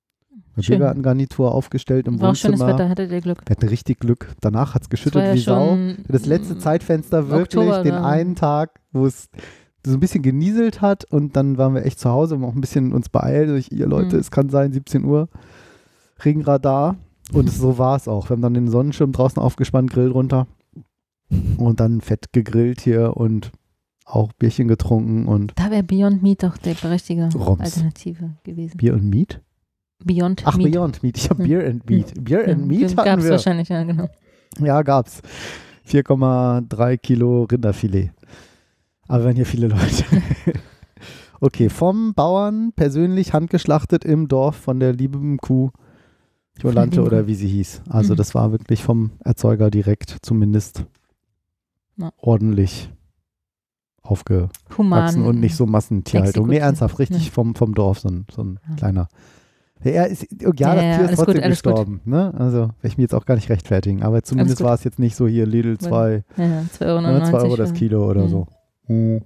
Eine Schön. Biergartengarnitur aufgestellt im War auch schönes Wohnzimmer. Wetter, hattet ihr Glück. Wir hatten richtig Glück. Danach hat es Das geschüttet war ja wie Sau. schon Das letzte Zeitfenster wirklich, Oktober, den ne? einen Tag, wo es so ein bisschen genieselt hat und dann waren wir echt zu Hause und auch ein bisschen uns beeilt. Ich, ihr Leute, Mhm. es kann sein, siebzehn Uhr, Regenradar. Und es, so war es auch. Wir haben dann den Sonnenschirm draußen aufgespannt, Grill runter und dann fett gegrillt hier und auch Bierchen getrunken und Da wäre Beyond Meat doch die richtige Roms. Alternative gewesen. Bier und Meat? Beyond Ach, Meat. Beyond Meat. Ich habe Hm. Beer and Meat. Beer and Meat Gab hatten es wir. wahrscheinlich, ja, genau. Ja, gab's. vier Komma drei Kilo Rinderfilet. Aber wir waren hier viele Leute. Okay, vom Bauern persönlich handgeschlachtet im Dorf von der lieben Kuh Jolante Von der oder wie sie hieß. Also Mhm. das war wirklich vom Erzeuger direkt zumindest Ja. ordentlich aufgewachsen Human. und nicht so Massentierhaltung. Nee, Exekutiert. ernsthaft, richtig Ja. vom, vom Dorf, so ein, so ein Ja. kleiner. Er ist, ja, das Ja, ja, Tier ist alles gut, trotzdem alles gut. gestorben. Ne? Also will ich mir jetzt auch gar nicht rechtfertigen. Aber zumindest gut. war es jetzt nicht so hier Lidl zwei, Ja, ja, zwei Euro ne, neunundneunzig. zwei Euro das für- Kilo oder Mhm. so. Mhm.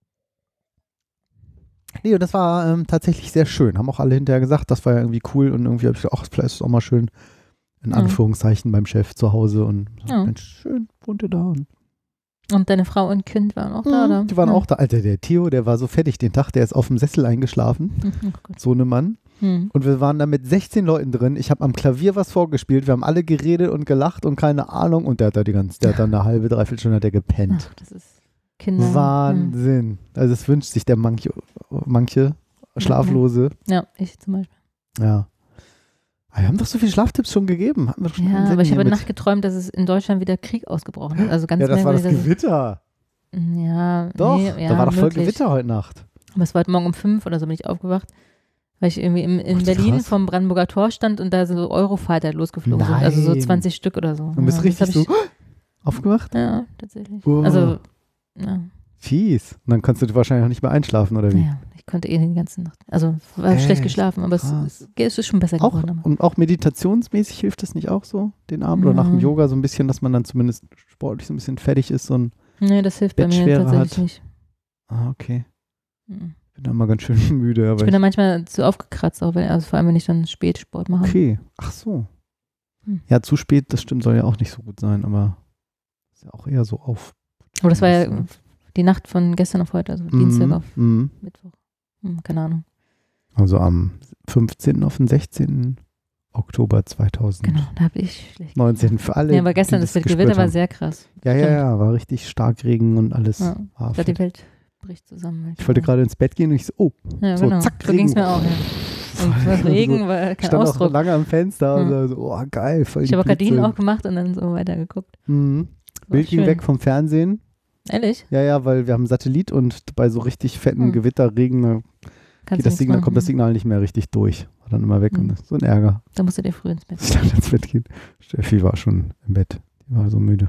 Nee, und das war ähm, tatsächlich sehr schön. Haben auch alle hinterher gesagt, das war ja irgendwie cool. Und irgendwie habe ich gedacht, ach, vielleicht ist es auch mal schön, in Ja. Anführungszeichen, beim Chef zu Hause. Und Ja. Mensch, schön, wohnte da. Und Und deine Frau und Kind waren auch da, Mhm, oder? die waren Hm. auch da. Alter, der Theo, der war so fertig den Tag, der ist auf dem Sessel eingeschlafen. Hm, ach Gott. So eine Mann. Hm. Und wir waren da mit sechzehn Leuten drin. Ich habe am Klavier was vorgespielt. Wir haben alle geredet und gelacht und keine Ahnung. Und der hat da die ganze, der hat dann eine halbe, dreiviertel Stunde hat der gepennt. Ach, das ist Kinder. Hm. Wahnsinn. Also es wünscht sich der manche, manche Schlaflose. Ja, ich zum Beispiel. Ja. Aber wir haben doch so viele Schlaftipps schon gegeben. Hatten wir doch schon Ja, einen aber ich Sendung habe mit. Nacht geträumt, dass es in Deutschland wieder Krieg ausgebrochen ist. Also ganz Ja, das war das merkwürdig, dass Gewitter. es- Ja, Doch, nee, ja, da war doch voll möglich. Gewitter heute Nacht. Aber es war heute Morgen um fünf oder so bin ich aufgewacht, weil ich irgendwie im, in Ach, Berlin krass. vom Brandenburger Tor stand und da so Eurofighter losgeflogen sind. Also so Nein. zwanzig Stück oder so. Du bist ja, richtig das so hab ich, aufgewacht? Ja, tatsächlich. Oh. Also, ja, Fies. Und dann kannst du wahrscheinlich auch nicht mehr einschlafen, oder wie? naja, ich konnte eh die ganze Nacht. Also war Echt? schlecht geschlafen, aber es, Krass. es, es ist schon besser Auch, geworden. Aber. und auch meditationsmäßig hilft das nicht auch so, den Abend? Oder nach dem Ja. Yoga so ein bisschen, dass man dann zumindest sportlich so ein bisschen fertig ist? So ein, Nee, das hilft bei mir Bettschwere tatsächlich hat. nicht. ah, okay. Mhm. Bin da mal ganz schön müde. Aber Ich bin da manchmal zu aufgekratzt, auch wenn, also vor allem wenn ich dann Spätsport mache. okay. Ach so. Hm. Ja, zu spät, das stimmt, soll ja auch nicht so gut sein, aber ist ja auch eher so auf. Aber das war ja so. die Nacht von gestern auf heute, also Dienstag Mhm, auf mhm. Mittwoch. Hm, keine Ahnung. Also am fünfzehnten auf den sechzehnten Oktober zweitausendneunzehn. Genau, da habe ich schlecht. Für alle. Ja, aber gestern die das das Gewitter gespürt war haben. sehr krass. Ja, ja, Stimmt. ja, war richtig stark Regen und alles. Ja. War Ich glaub, fett. die Welt bricht zusammen. Ich wollte gerade ins Bett gehen und ich so, oh, Ja, so, genau. zack, so ging es Regen. mir auch. Ja. Und was So, Regen war kein stand auch Ausdruck. lange am Fenster Ja. und so, oh geil, voll Ich die habe Gardinen Blitze. auch gemacht und dann so weitergeguckt. Mhm. War Bild ging schön. weg vom Fernsehen. Ehrlich? Ja, ja, weil wir haben Satellit und bei so richtig fetten Hm. Gewitterregen da Kannst geht du das nichts Signal, machen. kommt das Signal nicht mehr richtig durch. War dann immer weg Hm. und das ist so ein Ärger. Da musst du dir früh ins Bett. Ich stand ins Bett gehen. Steffi war schon im Bett. Die war so müde.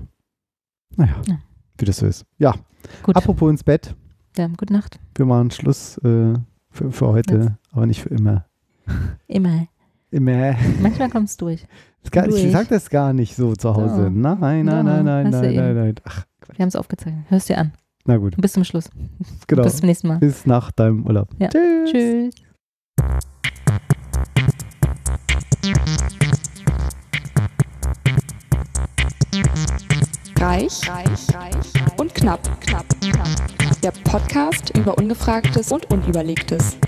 Naja, Ja. wie das so ist. Ja, Gut. apropos ins Bett. Ja, gute Nacht. Wir machen Schluss äh, für, für heute, Jetzt. aber nicht für immer. Immer. Immer. Manchmal kommt es durch. Das gar, ich Durch. sag das gar nicht so zu Hause. Doch. Nein, nein, Doch, nein, nein, hast du nein, nein, eben. nein. Ach, Wir haben es aufgezeichnet. Hörst dir an. na gut. Und bis zum Schluss. Genau. Bis zum nächsten Mal. Bis nach deinem Urlaub. Ja. Tschüss. Tschüss. Reich, reich, reich und knapp, knapp, knapp. Der Podcast über Ungefragtes und Unüberlegtes.